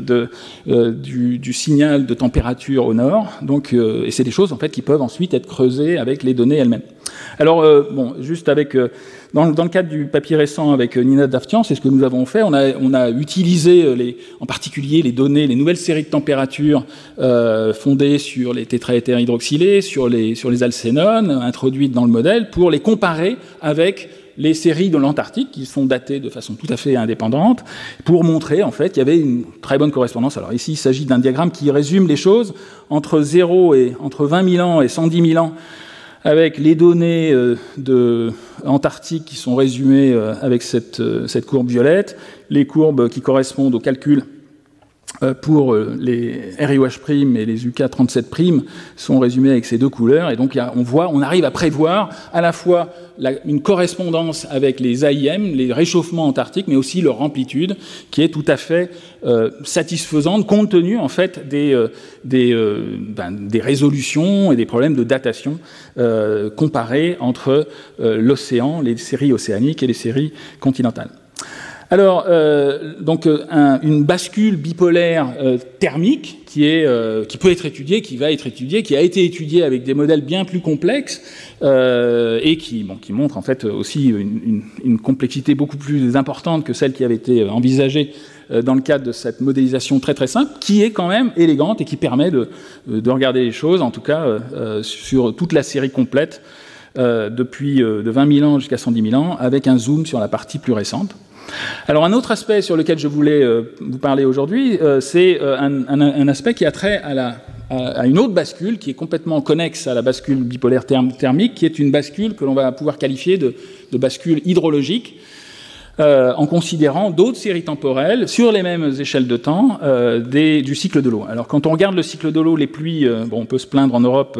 du signal de température au nord. Donc, et c'est des choses en fait qui peuvent ensuite être creusées avec les données elles-mêmes. Alors, juste avec dans le cadre du papier récent avec Nina Davtyan, c'est ce que nous avons fait. On a utilisé en particulier les données, les nouvelles séries de températures fondées sur les tétraéthers hydroxylés, sur les alcénones introduites dans le modèle, pour les comparer avec les séries de l'Antarctique, qui sont datées de façon tout à fait indépendante, pour montrer en fait qu'il y avait une très bonne correspondance. Alors ici, il s'agit d'un diagramme qui résume les choses entre 20 000 ans et 110 000 ans, avec les données de Antarctique qui sont résumées avec cette courbe violette, les courbes qui correspondent au calcul pour les RIOH' et les UK37' sont résumés avec ces deux couleurs, et donc on arrive à prévoir à la fois une correspondance avec les AIM, les réchauffements antarctiques, mais aussi leur amplitude, qui est tout à fait satisfaisante compte tenu en fait des résolutions et des problèmes de datation comparés entre l'océan, les séries océaniques et les séries continentales. Alors, une bascule bipolaire thermique qui peut être étudiée, qui va être étudiée, qui a été étudiée avec des modèles bien plus complexes et qui montre en fait aussi une complexité beaucoup plus importante que celle qui avait été envisagée dans le cadre de cette modélisation très très simple, qui est quand même élégante et qui permet de regarder les choses, en tout cas sur toute la série complète, depuis de 20 000 ans jusqu'à 110 000 ans, avec un zoom sur la partie plus récente. Alors un autre aspect sur lequel je voulais vous parler aujourd'hui, c'est un aspect qui a trait à une autre bascule qui est complètement connexe à la bascule bipolaire thermique, qui est une bascule que l'on va pouvoir qualifier de bascule hydrologique, en considérant d'autres séries temporelles sur les mêmes échelles de temps du cycle de l'eau. Alors quand on regarde le cycle de l'eau, les pluies, on peut se plaindre en Europe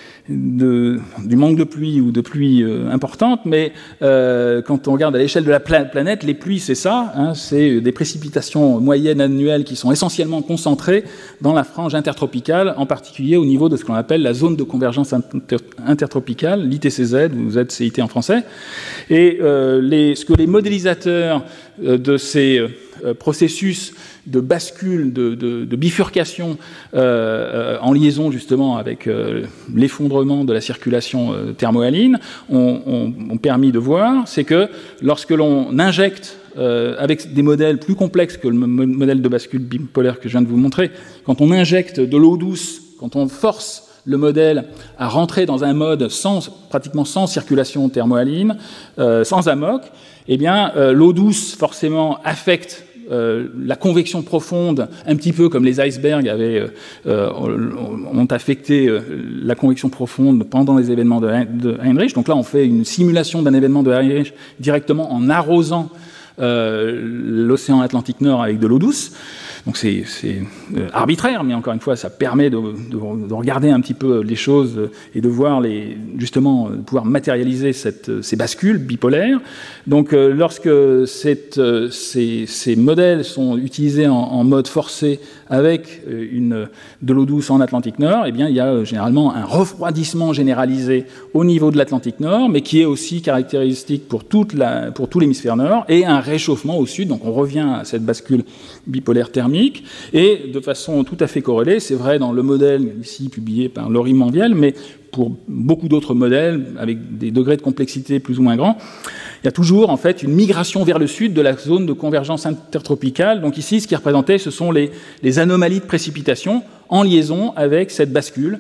du manque de pluie ou de pluie importante, mais quand on regarde à l'échelle de la planète, les pluies, c'est ça, c'est des précipitations moyennes annuelles qui sont essentiellement concentrées dans la frange intertropicale, en particulier au niveau de ce qu'on appelle la zone de convergence intertropicale, l'ITCZ ou ZCIT en français. Et ce que les modélisateurs de ces processus de bascule, de bifurcation en liaison justement avec l'effondrement de la circulation thermohaline ont permis de voir, c'est que lorsque l'on injecte avec des modèles plus complexes que le modèle de bascule bipolaire que je viens de vous montrer, quand on injecte de l'eau douce, quand on force le modèle à rentrer dans un mode pratiquement sans circulation thermohaline, sans AMOC, eh bien l'eau douce forcément affecte la convection profonde, un petit peu comme les icebergs ont affecté la convection profonde pendant les événements de Heinrich. Donc là, on fait une simulation d'un événement de Heinrich directement en arrosant l'océan Atlantique Nord avec de l'eau douce. Donc c'est arbitraire, mais encore une fois, ça permet de regarder un petit peu les choses et de voir justement pouvoir matérialiser ces bascules bipolaires. Donc lorsque ces modèles sont utilisés en mode forcé avec de l'eau douce en Atlantique Nord, eh bien il y a généralement un refroidissement généralisé au niveau de l'Atlantique Nord, mais qui est aussi caractéristique pour tout l'hémisphère Nord, et un réchauffement au sud. Donc on revient à cette bascule bipolaire thermique. Et de façon tout à fait corrélée, c'est vrai dans le modèle ici publié par Laurie Manviel, mais pour beaucoup d'autres modèles avec des degrés de complexité plus ou moins grands, il y a toujours en fait une migration vers le sud de la zone de convergence intertropicale. Donc ici, ce qui est représenté, ce sont les anomalies de précipitation en liaison avec cette bascule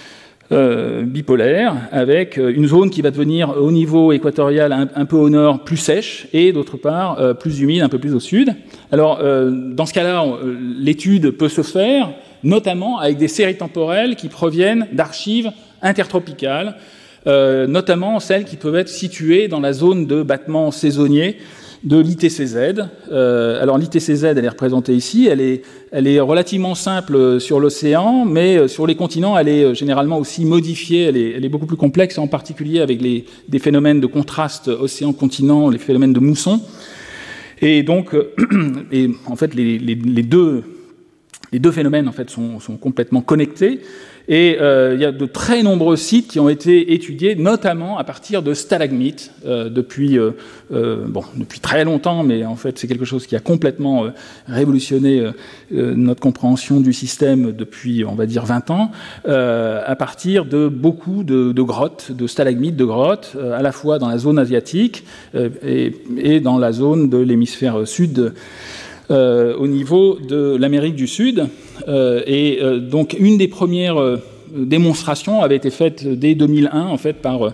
bipolaire, avec une zone qui va devenir au niveau équatorial un peu au nord plus sèche et d'autre part plus humide un peu plus au sud. Alors dans ce cas-là, l'étude peut se faire notamment avec des séries temporelles qui proviennent d'archives intertropicales, notamment celles qui peuvent être situées dans la zone de battement saisonnier de l'ITCZ. Alors l'ITCZ, elle est représentée ici, elle est relativement simple sur l'océan, mais sur les continents, elle est généralement aussi modifiée, elle est beaucoup plus complexe, en particulier avec des phénomènes de contraste océan-continent, les phénomènes de mousson. Et donc, en fait, les deux phénomènes en fait, sont complètement connectés. Et il y a de très nombreux sites qui ont été étudiés, notamment à partir de stalagmites, depuis très longtemps, mais en fait c'est quelque chose qui a complètement révolutionné notre compréhension du système depuis, on va dire, 20 ans, à partir de beaucoup de grottes, de stalagmites de grottes, à la fois dans la zone asiatique et dans la zone de l'hémisphère sud, au niveau de l'Amérique du Sud. Donc une des premières démonstrations avait été faite dès 2001 en fait par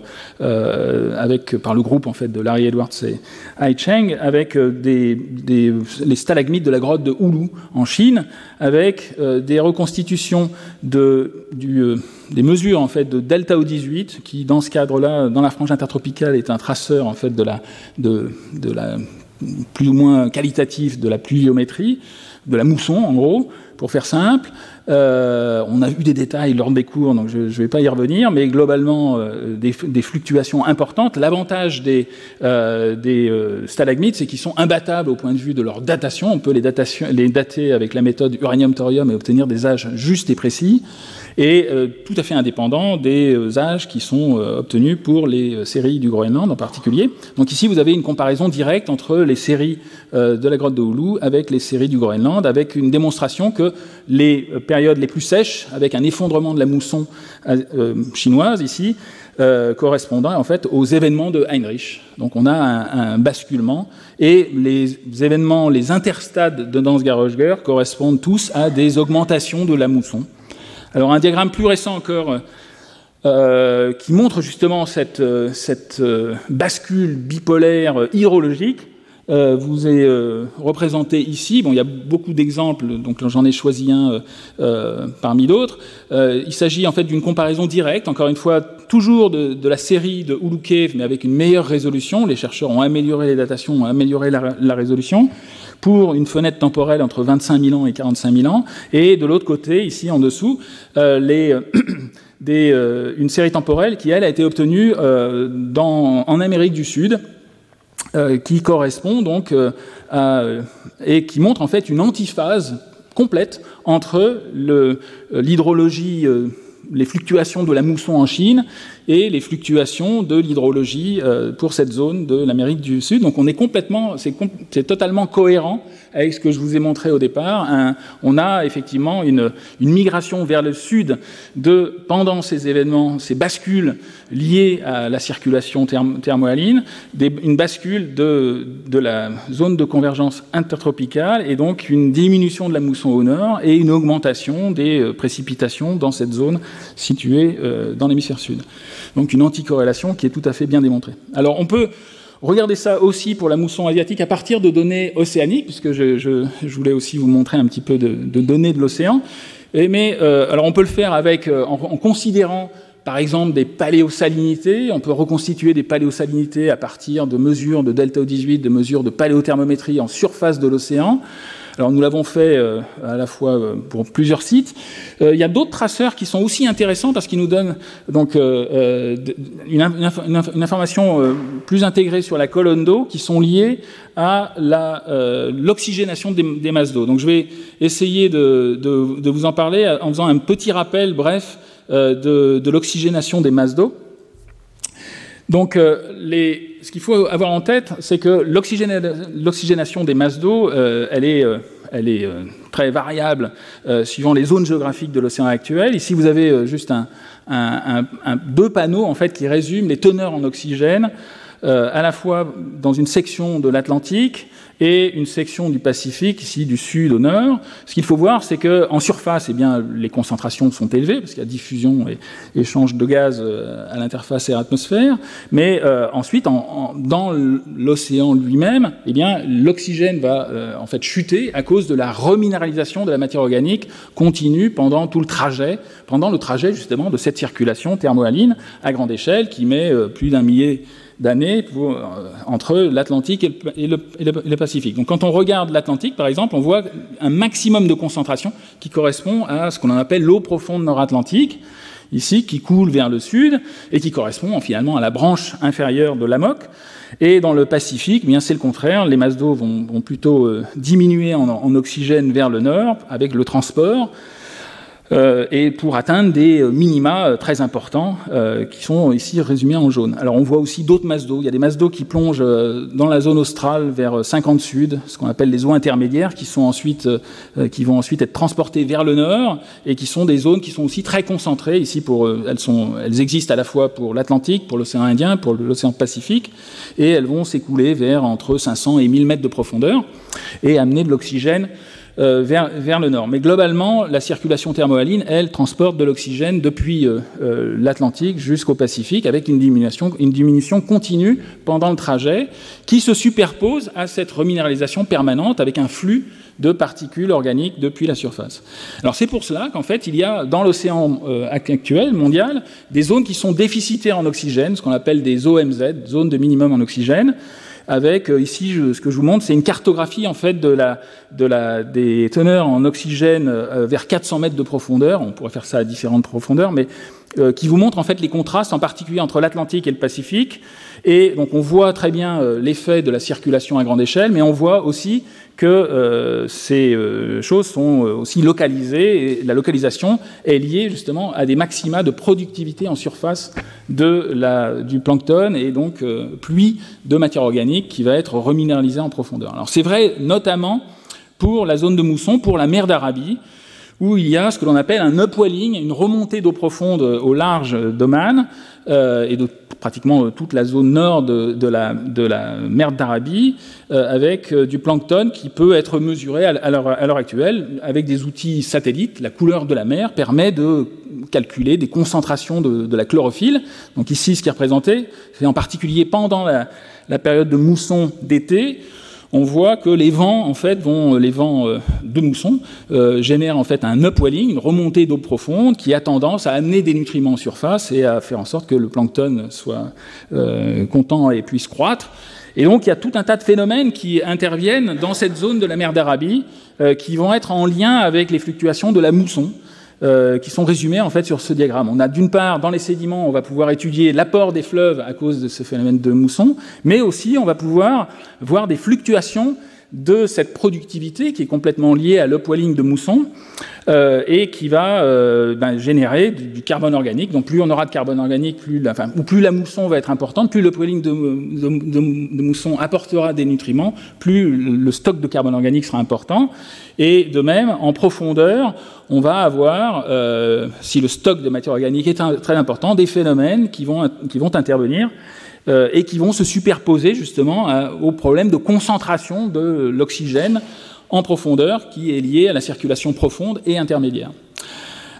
le groupe en fait de Larry Edwards et Hai Cheng avec les stalagmites de la grotte de Hulu en Chine, avec des reconstitutions des mesures en fait de delta O18 qui dans ce cadre-là, dans la frange intertropicale, est un traceur en fait de la plus ou moins qualitatif de la pluviométrie, de la mousson en gros, pour faire simple. On a eu des détails lors des cours, donc je ne vais pas y revenir, mais globalement des fluctuations importantes. L'avantage des stalagmites, c'est qu'ils sont imbattables au point de vue de leur datation. On peut les dater avec la méthode uranium-thorium et obtenir des âges justes et précis, et tout à fait indépendants des âges qui sont obtenus pour les séries du Groenland en particulier. Donc ici, vous avez une comparaison directe entre les séries de la grotte de Hulu avec les séries du Groenland, avec une démonstration que les périodes les plus sèches, avec un effondrement de la mousson chinoise ici, correspondant en fait aux événements de Heinrich. Donc on a un basculement, et les événements, les interstades de Dansgaard-Oeschger correspondent tous à des augmentations de la mousson. Alors un diagramme plus récent encore qui montre justement cette bascule bipolaire hydrologique vous est représenté ici. Bon, il y a beaucoup d'exemples, donc j'en ai choisi un parmi d'autres. Il s'agit en fait d'une comparaison directe, encore une fois, toujours de la série de Hulu Cave, mais avec une meilleure résolution. Les chercheurs ont amélioré les datations, ont amélioré la résolution, pour une fenêtre temporelle entre 25 000 ans et 45 000 ans. Et de l'autre côté, ici en dessous, une série temporelle qui, elle, a été obtenue en Amérique du Sud, qui correspond donc et qui montre en fait une antiphase complète entre l'hydrologie, les fluctuations de la mousson en Chine et les fluctuations de l'hydrologie pour cette zone de l'Amérique du Sud. Donc on est c'est totalement cohérent avec ce que je vous ai montré au départ. On a effectivement une migration vers le sud pendant ces événements, ces bascules liées à la circulation thermohaline, une bascule de la zone de convergence intertropicale, et donc une diminution de la mousson au nord et une augmentation des précipitations dans cette zone située dans l'hémisphère sud. Donc une anticorrélation qui est tout à fait bien démontrée. Alors on peut Regardez ça aussi pour la mousson asiatique à partir de données océaniques, puisque je voulais aussi vous montrer un petit peu de données de l'océan. Mais alors on peut le faire avec, en considérant par exemple des paléosalinités. On peut reconstituer des paléosalinités à partir de mesures de delta O18, de mesures de paléothermométrie en surface de l'océan. Alors nous l'avons fait à la fois pour plusieurs sites. Il y a d'autres traceurs qui sont aussi intéressants parce qu'ils nous donnent donc une information plus intégrée sur la colonne d'eau qui sont liées à l'oxygénation des masses d'eau. Donc je vais essayer de vous en parler en faisant un petit rappel bref de l'oxygénation des masses d'eau. Donc, ce qu'il faut avoir en tête, c'est que l'oxygénation des masses d'eau, elle est très variable suivant les zones géographiques de l'océan actuel. Ici, vous avez juste deux panneaux en fait qui résument les teneurs en oxygène, à la fois dans une section de l'Atlantique et une section du Pacifique, ici du sud au nord. Ce qu'il faut voir, c'est qu'en surface, eh bien, les concentrations sont élevées, parce qu'il y a diffusion et échange de gaz à l'interface air-atmosphère, mais ensuite, dans l'océan lui-même, eh bien, l'oxygène va en fait chuter à cause de la reminéralisation de la matière organique continue pendant tout le trajet, justement de cette circulation thermohaline à grande échelle qui met plus d'1 millier d'années entre l'Atlantique et le Pacifique. Donc quand on regarde l'Atlantique, par exemple, on voit un maximum de concentration qui correspond à ce qu'on appelle l'eau profonde nord-atlantique, ici, qui coule vers le sud et qui correspond finalement à la branche inférieure de l'AMOC. Et dans le Pacifique, eh bien c'est le contraire, les masses d'eau vont plutôt diminuer en oxygène vers le nord avec le transport, et pour atteindre des minima très importants qui sont ici résumés en jaune. Alors on voit aussi d'autres masses d'eau. Il y a des masses d'eau qui plongent dans la zone australe vers 50 sud, ce qu'on appelle les eaux intermédiaires, qui vont ensuite être transportées vers le nord et qui sont des zones qui sont aussi très concentrées. Ici, elles existent à la fois pour l'Atlantique, pour l'océan Indien, pour l'océan Pacifique, et elles vont s'écouler vers entre 500 et 1000 mètres de profondeur et amener de l'oxygène vers le nord. Mais globalement, la circulation thermohaline, elle, transporte de l'oxygène depuis l'Atlantique jusqu'au Pacifique avec une diminution continue pendant le trajet qui se superpose à cette reminéralisation permanente avec un flux de particules organiques depuis la surface. Alors c'est pour cela qu'en fait, il y a dans l'océan actuel, mondial, des zones qui sont déficitaires en oxygène, ce qu'on appelle des OMZ, zones de minimum en oxygène, avec ici ce que je vous montre, c'est une cartographie en fait des teneurs en oxygène vers 400 mètres de profondeur. On pourrait faire ça à différentes profondeurs, mais qui vous montre en fait les contrastes, en particulier entre l'Atlantique et le Pacifique. Et donc on voit très bien l'effet de la circulation à grande échelle, mais on voit aussi que ces choses sont aussi localisées, et la localisation est liée justement à des maxima de productivité en surface du plancton et donc pluie de matière organique qui va être reminéralisée en profondeur. Alors c'est vrai notamment pour la zone de mousson, pour la mer d'Arabie, où il y a ce que l'on appelle un upwelling, une remontée d'eau profonde au large d'Oman et de pratiquement toute la zone nord de la mer d'Arabie, avec du plancton qui peut être mesuré à l'heure actuelle avec des outils satellites. La couleur de la mer permet de calculer des concentrations de la chlorophylle. Donc ici, ce qui est représenté, c'est en particulier pendant la période de mousson d'été. On voit que les vents, en fait, de mousson génèrent en fait un upwelling, une remontée d'eau profonde qui a tendance à amener des nutriments en surface et à faire en sorte que le plancton soit content et puisse croître. Et donc, il y a tout un tas de phénomènes qui interviennent dans cette zone de la mer d'Arabie qui vont être en lien avec les fluctuations de la mousson, qui sont résumés en fait sur ce diagramme. On a d'une part, dans les sédiments, on va pouvoir étudier l'apport des fleuves à cause de ce phénomène de mousson, mais aussi on va pouvoir voir des fluctuations de cette productivité qui est complètement liée à l'upwelling de mousson et qui va générer du carbone organique. Donc plus on aura de carbone organique, plus la mousson va être importante, plus l'upwelling de mousson apportera des nutriments, plus le stock de carbone organique sera important. Et de même, en profondeur, on va avoir, si le stock de matière organique est très important, des phénomènes qui vont intervenir et qui vont se superposer justement au problème de concentration de l'oxygène en profondeur qui est lié à la circulation profonde et intermédiaire.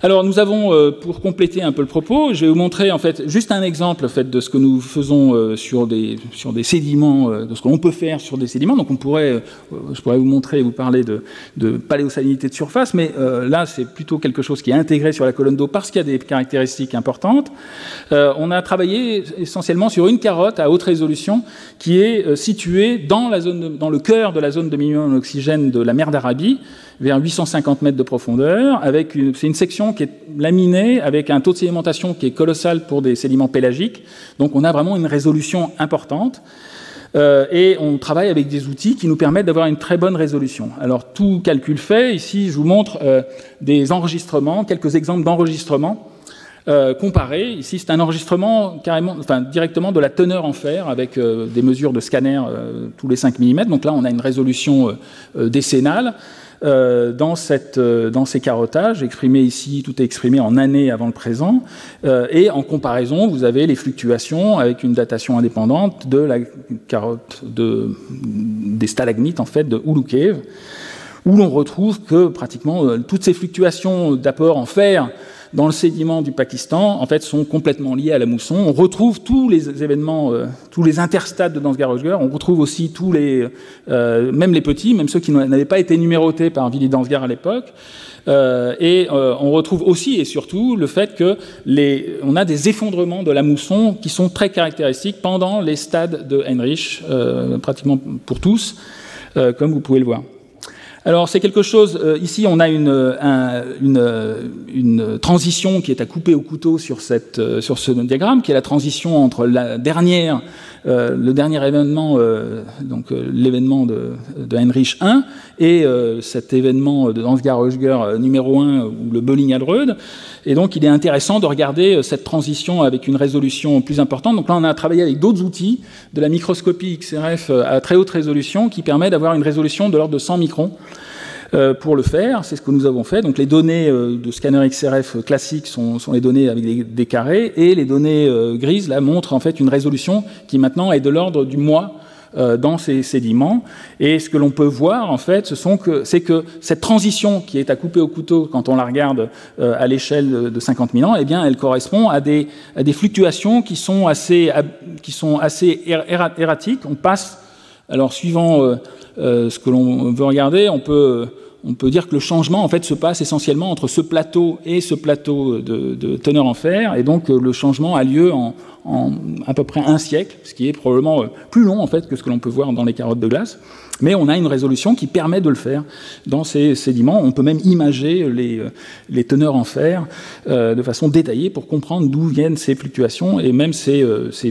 Alors nous avons, pour compléter un peu le propos, je vais vous montrer en fait juste un exemple en fait, de ce que nous faisons sur des sédiments, de ce qu'on peut faire sur des sédiments. Donc je pourrais vous montrer et vous parler de paléosalinité de surface, mais là c'est plutôt quelque chose qui est intégré sur la colonne d'eau parce qu'il y a des caractéristiques importantes. On a travaillé essentiellement sur une carotte à haute résolution qui est située dans le cœur de la zone de minimum d'oxygène de la mer d'Arabie, vers 850 mètres de profondeur. C'est une section qui est laminée avec un taux de sédimentation qui est colossal pour des sédiments pélagiques. Donc on a vraiment une résolution importante. Et on travaille avec des outils qui nous permettent d'avoir une très bonne résolution. Alors tout calcul fait, ici je vous montre des enregistrements, quelques exemples d'enregistrements comparés. Ici c'est un enregistrement directement de la teneur en fer avec des mesures de scanner tous les 5 mm. Donc là on a une résolution décennale. Dans ces carottages, exprimés ici, tout est exprimé en années avant le présent, et en comparaison, vous avez les fluctuations avec une datation indépendante de la carotte des stalagmites en fait de Ulu Cave, où l'on retrouve que pratiquement toutes ces fluctuations d'apport en fer dans le sédiment du Pakistan, en fait, sont complètement liées à la mousson. On retrouve tous les événements, tous les interstades de Dansgaard-Oeschger. On retrouve aussi même les petits, même ceux qui n'avaient pas été numérotés par Willy Dansgaard à l'époque. On retrouve aussi et surtout le fait que on a des effondrements de la mousson qui sont très caractéristiques pendant les stades de Heinrich, pratiquement pour tous, comme vous pouvez le voir. Alors c'est quelque chose, ici on a une transition qui est à couper au couteau sur ce diagramme, qui est la transition entre le dernier événement, l'événement de Heinrich I, et cet événement de Dansgaard-Oeschger numéro 1, ou le Bölling-Alröd. Et donc il est intéressant de regarder cette transition avec une résolution plus importante. Donc là on a travaillé avec d'autres outils, de la microscopie XRF à très haute résolution, qui permet d'avoir une résolution de l'ordre de 100 microns. Pour le faire, c'est ce que nous avons fait. Donc les données de scanner XRF classiques sont les données avec des carrés, et les données grises là montrent en fait une résolution qui maintenant est de l'ordre du mois dans ces sédiments. Et ce que l'on peut voir en fait, c'est que cette transition qui est à couper au couteau quand on la regarde à l'échelle de 50 000 ans, eh bien elle correspond à des fluctuations qui sont assez erratiques. On passe, alors suivant ce que l'on veut regarder, on peut dire que le changement en fait se passe essentiellement entre ce plateau et ce plateau de teneur en fer, et donc le changement a lieu en à peu près un siècle, ce qui est probablement plus long en fait que ce que l'on peut voir dans les carottes de glace. Mais on a une résolution qui permet de le faire dans ces sédiments. On peut même imager les teneurs en fer de façon détaillée pour comprendre d'où viennent ces fluctuations et même ces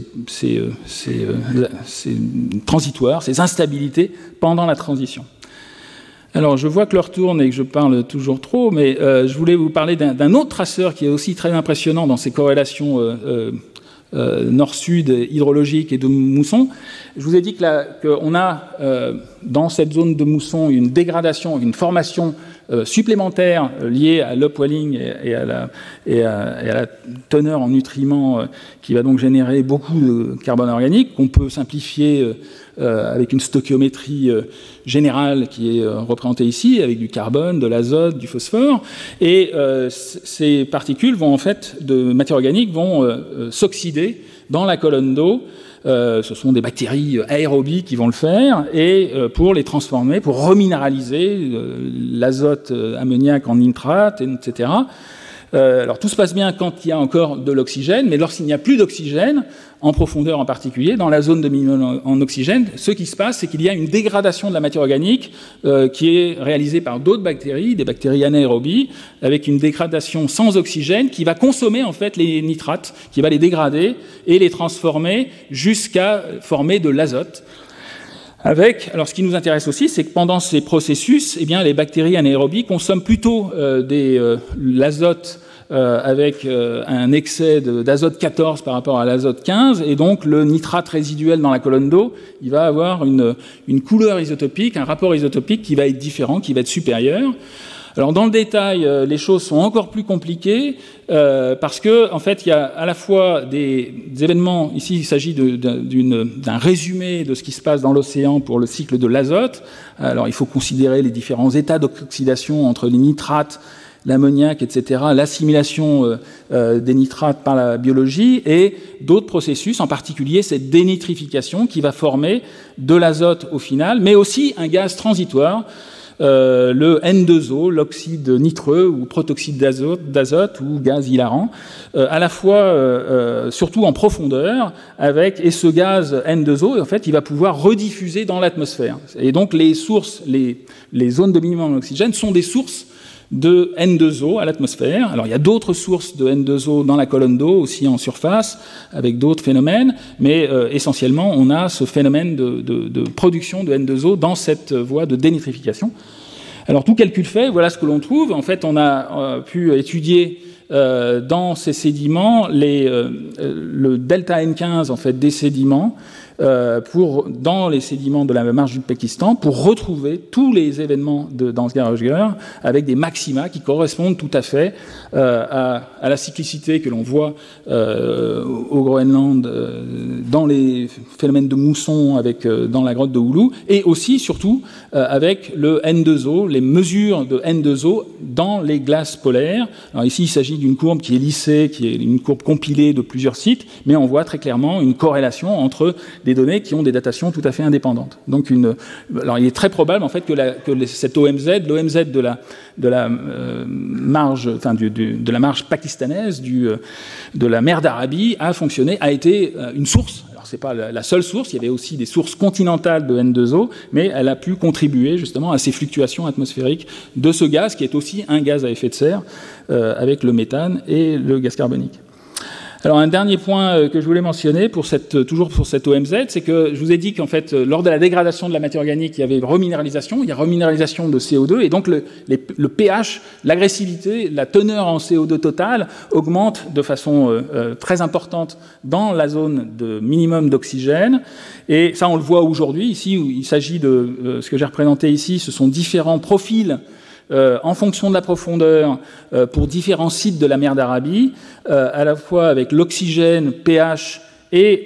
transitoires, ces instabilités pendant la transition. Alors, je vois que l'heure tourne et que je parle toujours trop, mais je voulais vous parler d'un autre traceur qui est aussi très impressionnant dans ces corrélations nord-sud hydrologique et de mousson. Je vous ai dit qu'on a dans cette zone de mousson une dégradation, une formation supplémentaire liée à l'upwelling et à la teneur en nutriments qui va donc générer beaucoup de carbone organique qu'on peut simplifier avec une stoichiométrie générale qui est représentée ici, avec du carbone, de l'azote, du phosphore. Et ces particules vont, en fait, de matière organique, vont s'oxyder dans la colonne d'eau. Ce sont des bactéries aérobies qui vont le faire, et pour les transformer, pour reminéraliser l'azote ammoniaque en nitrate, etc. Alors tout se passe bien quand il y a encore de l'oxygène, mais lorsqu'il n'y a plus d'oxygène, en profondeur en particulier, dans la zone de minimum en oxygène, ce qui se passe, c'est qu'il y a une dégradation de la matière organique qui est réalisée par d'autres bactéries, des bactéries anaérobies, avec une dégradation sans oxygène qui va consommer en fait les nitrates, qui va les dégrader et les transformer jusqu'à former de l'azote. Alors ce qui nous intéresse aussi, c'est que pendant ces processus, eh bien, les bactéries anaérobies consomment plutôt l'azote avec un excès d'azote 14 par rapport à l'azote 15, et donc le nitrate résiduel dans la colonne d'eau, il va avoir une couleur isotopique, un rapport isotopique qui va être différent, qui va être supérieur. Alors dans le détail, les choses sont encore plus compliquées parce que en fait il y a à la fois des événements. Ici il s'agit d'un résumé de ce qui se passe dans l'océan pour le cycle de l'azote. Alors il faut considérer les différents états d'oxydation entre les nitrates l'ammoniac, etc., l'assimilation des nitrates par la biologie, et d'autres processus, en particulier cette dénitrification qui va former de l'azote au final, mais aussi un gaz transitoire, le N2O, l'oxyde nitreux ou protoxyde d'azote ou gaz hilarant, à la fois, surtout en profondeur, et ce gaz N2O, en fait, il va pouvoir rediffuser dans l'atmosphère. Et donc les sources, les zones de minimum d'oxygène sont des sources de N2O à l'atmosphère. Alors il y a d'autres sources de N2O dans la colonne d'eau, aussi en surface, avec d'autres phénomènes, mais essentiellement on a ce phénomène de production de N2O dans cette voie de dénitrification. Alors tout calcul fait, voilà ce que l'on trouve. En fait, on a pu étudier dans ces sédiments le delta N15 en fait, des sédiments, dans les sédiments de la marge du Pakistan, pour retrouver tous les événements de Dansgaard-Oeschger avec des maxima qui correspondent tout à fait à la cyclicité que l'on voit au Groenland, dans les phénomènes de mousson dans la grotte de Oulu, et aussi, surtout, avec le N2O, les mesures de N2O dans les glaces polaires. Alors ici, il s'agit d'une courbe qui est lissée, qui est une courbe compilée de plusieurs sites, mais on voit très clairement une corrélation entre des données qui ont des datations tout à fait indépendantes. Donc alors il est très probable en fait que cet OMZ, l'OMZ de la marge, enfin de la marge pakistanaise de la mer d'Arabie a fonctionné, a été une source. Alors c'est pas la seule source, il y avait aussi des sources continentales de N2O, mais elle a pu contribuer justement à ces fluctuations atmosphériques de ce gaz qui est aussi un gaz à effet de serre avec le méthane et le gaz carbonique. Alors un dernier point que je voulais mentionner toujours pour cette OMZ, c'est que je vous ai dit qu'en fait, lors de la dégradation de la matière organique, il y avait reminéralisation, il y a reminéralisation de CO2, et donc le pH, l'agressivité, la teneur en CO2 totale augmente de façon très importante dans la zone de minimum d'oxygène, et ça on le voit aujourd'hui. Ici, où il s'agit de ce que j'ai représenté ici, ce sont différents profils en fonction de la profondeur pour différents sites de la mer d'Arabie, à la fois avec l'oxygène, pH et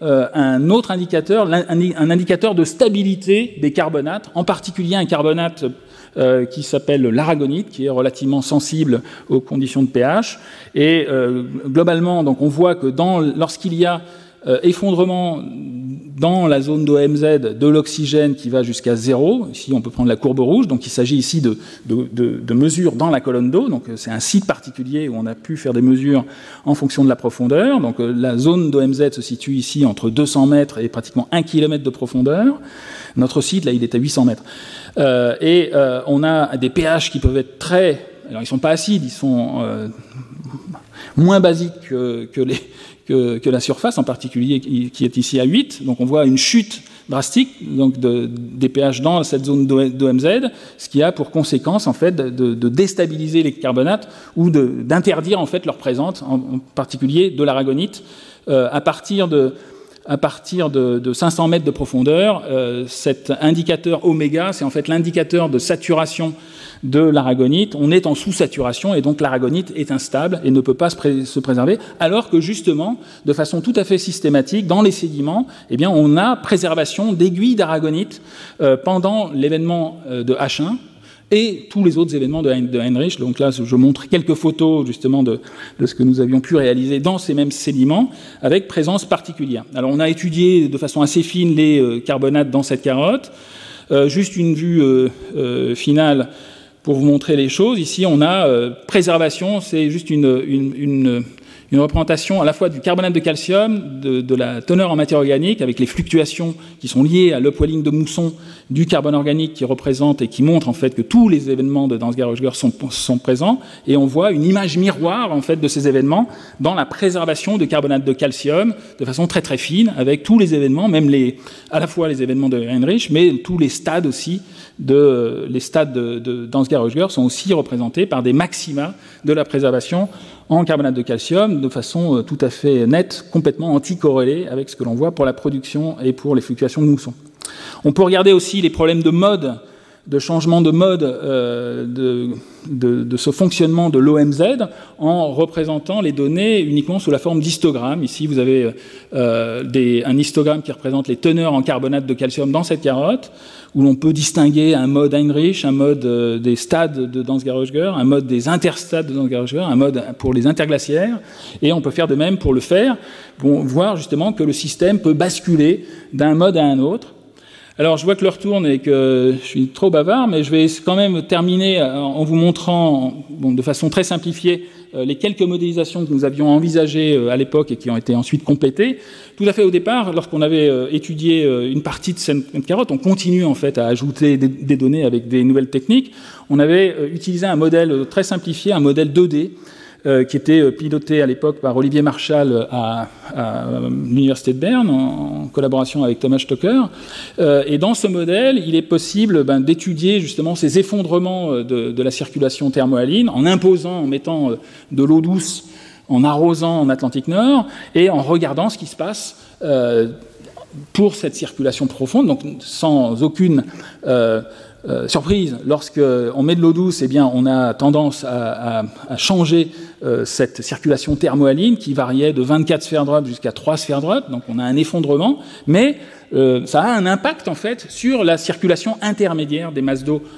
un autre indicateur, un indicateur de stabilité des carbonates, en particulier un carbonate qui s'appelle l'aragonite, qui est relativement sensible aux conditions de pH. Et globalement, donc, on voit que lorsqu'il y a effondrement dans la zone d'OMZ de l'oxygène qui va jusqu'à 0. Ici, on peut prendre la courbe rouge. Donc, il s'agit ici de mesures dans la colonne d'eau. Donc, c'est un site particulier où on a pu faire des mesures en fonction de la profondeur. Donc, la zone d'OMZ se situe ici entre 200 mètres et pratiquement 1 km de profondeur. Notre site, là, il est à 800 mètres. On a des pH qui peuvent être très... Alors, ils ne sont pas acides, ils sont moins basiques que la surface, en particulier qui est ici à 8. Donc on voit une chute drastique donc des pH dans cette zone d'OMZ, ce qui a pour conséquence en fait de déstabiliser les carbonates ou d'interdire en fait leur présence, en particulier de l'aragonite, à partir de 500 mètres de profondeur. Cet indicateur oméga, c'est en fait l'indicateur de saturation de l'aragonite. On est en sous-saturation et donc l'aragonite est instable et ne peut pas se préserver, alors que justement, de façon tout à fait systématique, dans les sédiments, eh bien, on a préservation d'aiguilles d'aragonite pendant l'événement de H1 et tous les autres événements de Heinrich. Donc là, je montre quelques photos justement de ce que nous avions pu réaliser dans ces mêmes sédiments avec présence particulière. Alors on a étudié de façon assez fine les carbonates dans cette carotte. Juste une vue finale pour vous montrer les choses. Ici, on a préservation, c'est juste une représentation à la fois du carbonate de calcium, de la teneur en matière organique, avec les fluctuations qui sont liées à l'upwelling de mousson du carbone organique qui représente et qui montre en fait que tous les événements de Dansgaard-Oeschger sont présents, et on voit une image miroir en fait de ces événements dans la préservation de carbonate de calcium de façon très très fine, avec tous les événements, même à la fois les événements de Heinrich, mais tous les stades aussi les stades de Dansgaard-Oeschger sont aussi représentés par des maxima de la préservation en carbonate de calcium de façon tout à fait nette, complètement anticorrélée avec ce que l'on voit pour la production et pour les fluctuations de mousson. On peut regarder aussi les problèmes de mode de changement de mode de ce fonctionnement de l'OMZ en représentant les données uniquement sous la forme d'histogrammes. Ici, vous avez un histogramme qui représente les teneurs en carbonate de calcium dans cette carotte, où l'on peut distinguer un mode Heinrich, un mode des stades de Danz-Gerosger, un mode des interstades de Danz-Gerosger, un mode pour les interglaciaires, et on peut faire de même pour le fer, pour voir justement que le système peut basculer d'un mode à un autre. Alors, je vois que l'heure tourne et que je suis trop bavard, mais je vais quand même terminer en vous montrant, de façon très simplifiée, les quelques modélisations que nous avions envisagées à l'époque et qui ont été ensuite complétées. Tout à fait au départ, lorsqu'on avait étudié une partie de cette carotte, on continue en fait à ajouter des données avec des nouvelles techniques. On avait utilisé un modèle très simplifié, un modèle 2D, qui était piloté à l'époque par Olivier Marchal à l'Université de Berne, en collaboration avec Thomas Stocker. Et dans ce modèle, il est possible d'étudier justement ces effondrements de la circulation thermohaline en imposant, en mettant de l'eau douce, en arrosant en Atlantique Nord, et en regardant ce qui se passe pour cette circulation profonde, donc sans aucune surprise, lorsqu'on met de l'eau douce, eh bien, on a tendance à changer cette circulation thermohaline qui variait de 24 sphères drop jusqu'à 3 sphères drop, donc on a un effondrement, mais ça a un impact en fait sur la circulation intermédiaire des masses d'eau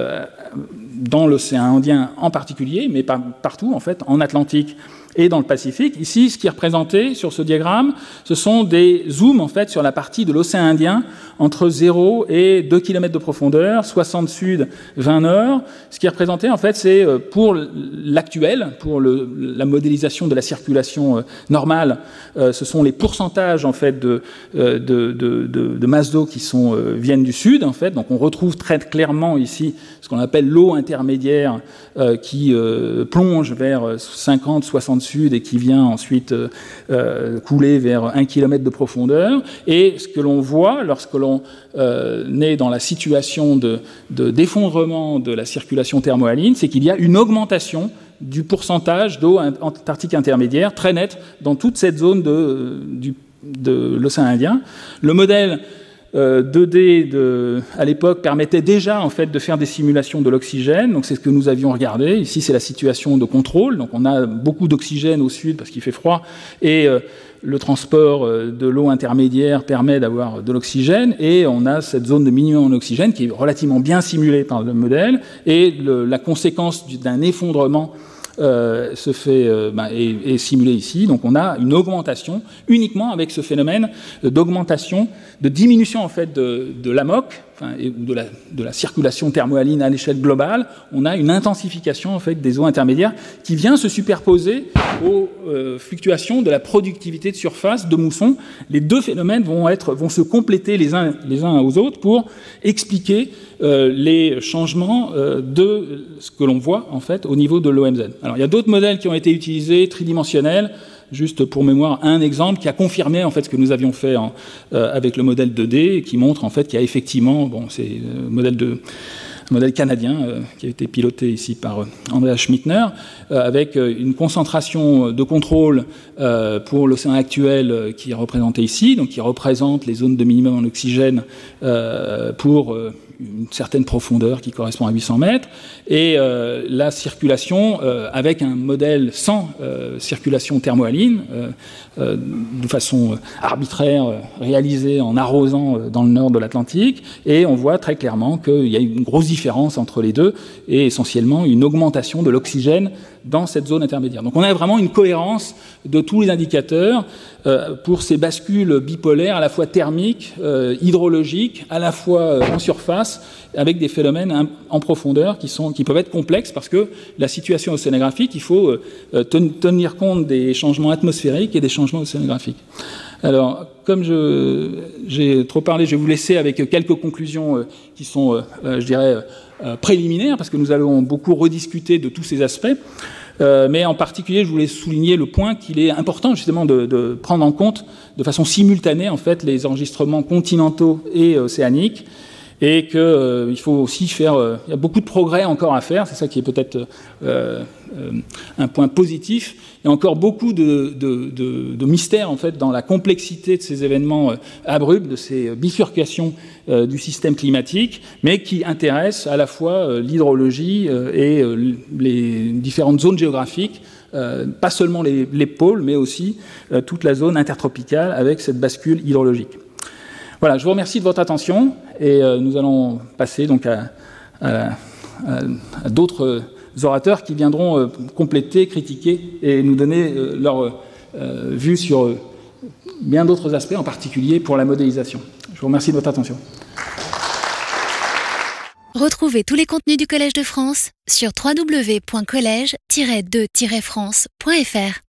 dans l'océan Indien en particulier, mais partout en fait, en Atlantique et dans le Pacifique. Ici, ce qui est représenté sur ce diagramme, ce sont des zooms en fait sur la partie de l'océan Indien entre 0 et 2 km de profondeur, 60 sud, 20 nord. Ce qui est représenté en fait, c'est pour l'actuel, pour la modélisation de la circulation normale, ce sont les pourcentages en fait de masse d'eau qui viennent du sud en fait. Donc on retrouve très clairement ici ce qu'on appelle l'eau intermédiaire qui plonge vers 50-60 sud et qui vient ensuite couler vers 1 km de profondeur. Et ce que l'on voit lorsque l'on est dans la situation d'effondrement de la circulation thermohaline, c'est qu'il y a une augmentation du pourcentage d'eau antarctique intermédiaire très nette dans toute cette zone de l'océan Indien. Le modèle 2D à l'époque permettait déjà en fait de faire des simulations de l'oxygène, donc c'est ce que nous avions regardé. Ici c'est la situation de contrôle, donc on a beaucoup d'oxygène au sud parce qu'il fait froid et le transport de l'eau intermédiaire permet d'avoir de l'oxygène et on a cette zone de minimum en oxygène qui est relativement bien simulée par le modèle et la conséquence d'un effondrement est simulé ici. Donc on a une augmentation uniquement avec ce phénomène d'augmentation, de diminution en fait de l'AMOC, de la circulation thermohaline à l'échelle globale. On a une intensification en fait des eaux intermédiaires qui vient se superposer aux fluctuations de la productivité de surface de mousson. Les deux phénomènes vont se compléter les uns aux autres pour expliquer les changements de ce que l'on voit en fait au niveau de l'OMZ. Alors il y a d'autres modèles qui ont été utilisés, tridimensionnels. Juste pour mémoire, un exemple qui a confirmé en fait ce que nous avions fait avec le modèle 2D et qui montre en fait qu'il y a effectivement, c'est un modèle canadien qui a été piloté ici par Andreas Schmittner, avec une concentration de contrôle pour l'océan actuel qui est représenté ici, donc qui représente les zones de minimum en oxygène pour une certaine profondeur qui correspond à 800 mètres, et la circulation avec un modèle sans circulation thermohaline, de façon arbitraire, réalisée en arrosant dans le nord de l'Atlantique, et on voit très clairement qu'il y a une grosse différence entre les deux, et essentiellement une augmentation de l'oxygène dans cette zone intermédiaire. Donc on a vraiment une cohérence de tous les indicateurs pour ces bascules bipolaires à la fois thermiques, hydrologiques, à la fois en surface, avec des phénomènes en profondeur qui peuvent être complexes parce que la situation océanographique, il faut tenir compte des changements atmosphériques et des changements océanographiques. Alors, comme j'ai trop parlé, je vais vous laisser avec quelques conclusions qui sont, je dirais, préliminaires, parce que nous allons beaucoup rediscuter de tous ces aspects. Mais en particulier, je voulais souligner le point qu'il est important justement de prendre en compte de façon simultanée en fait les enregistrements continentaux et océaniques. et qu'il faut aussi faire... il y a beaucoup de progrès encore à faire, c'est ça qui est peut-être un point positif. Il y a encore beaucoup de mystères en fait, dans la complexité de ces événements abrupts, de ces bifurcations du système climatique, mais qui intéressent à la fois l'hydrologie et les différentes zones géographiques, pas seulement les pôles, mais aussi toute la zone intertropicale avec cette bascule hydrologique. Voilà, je vous remercie de votre attention et nous allons passer donc à d'autres orateurs qui viendront compléter, critiquer et nous donner leur vue sur bien d'autres aspects, en particulier pour la modélisation. Je vous remercie de votre attention. Retrouvez tous les contenus du Collège de France sur www.collège-2-france.fr.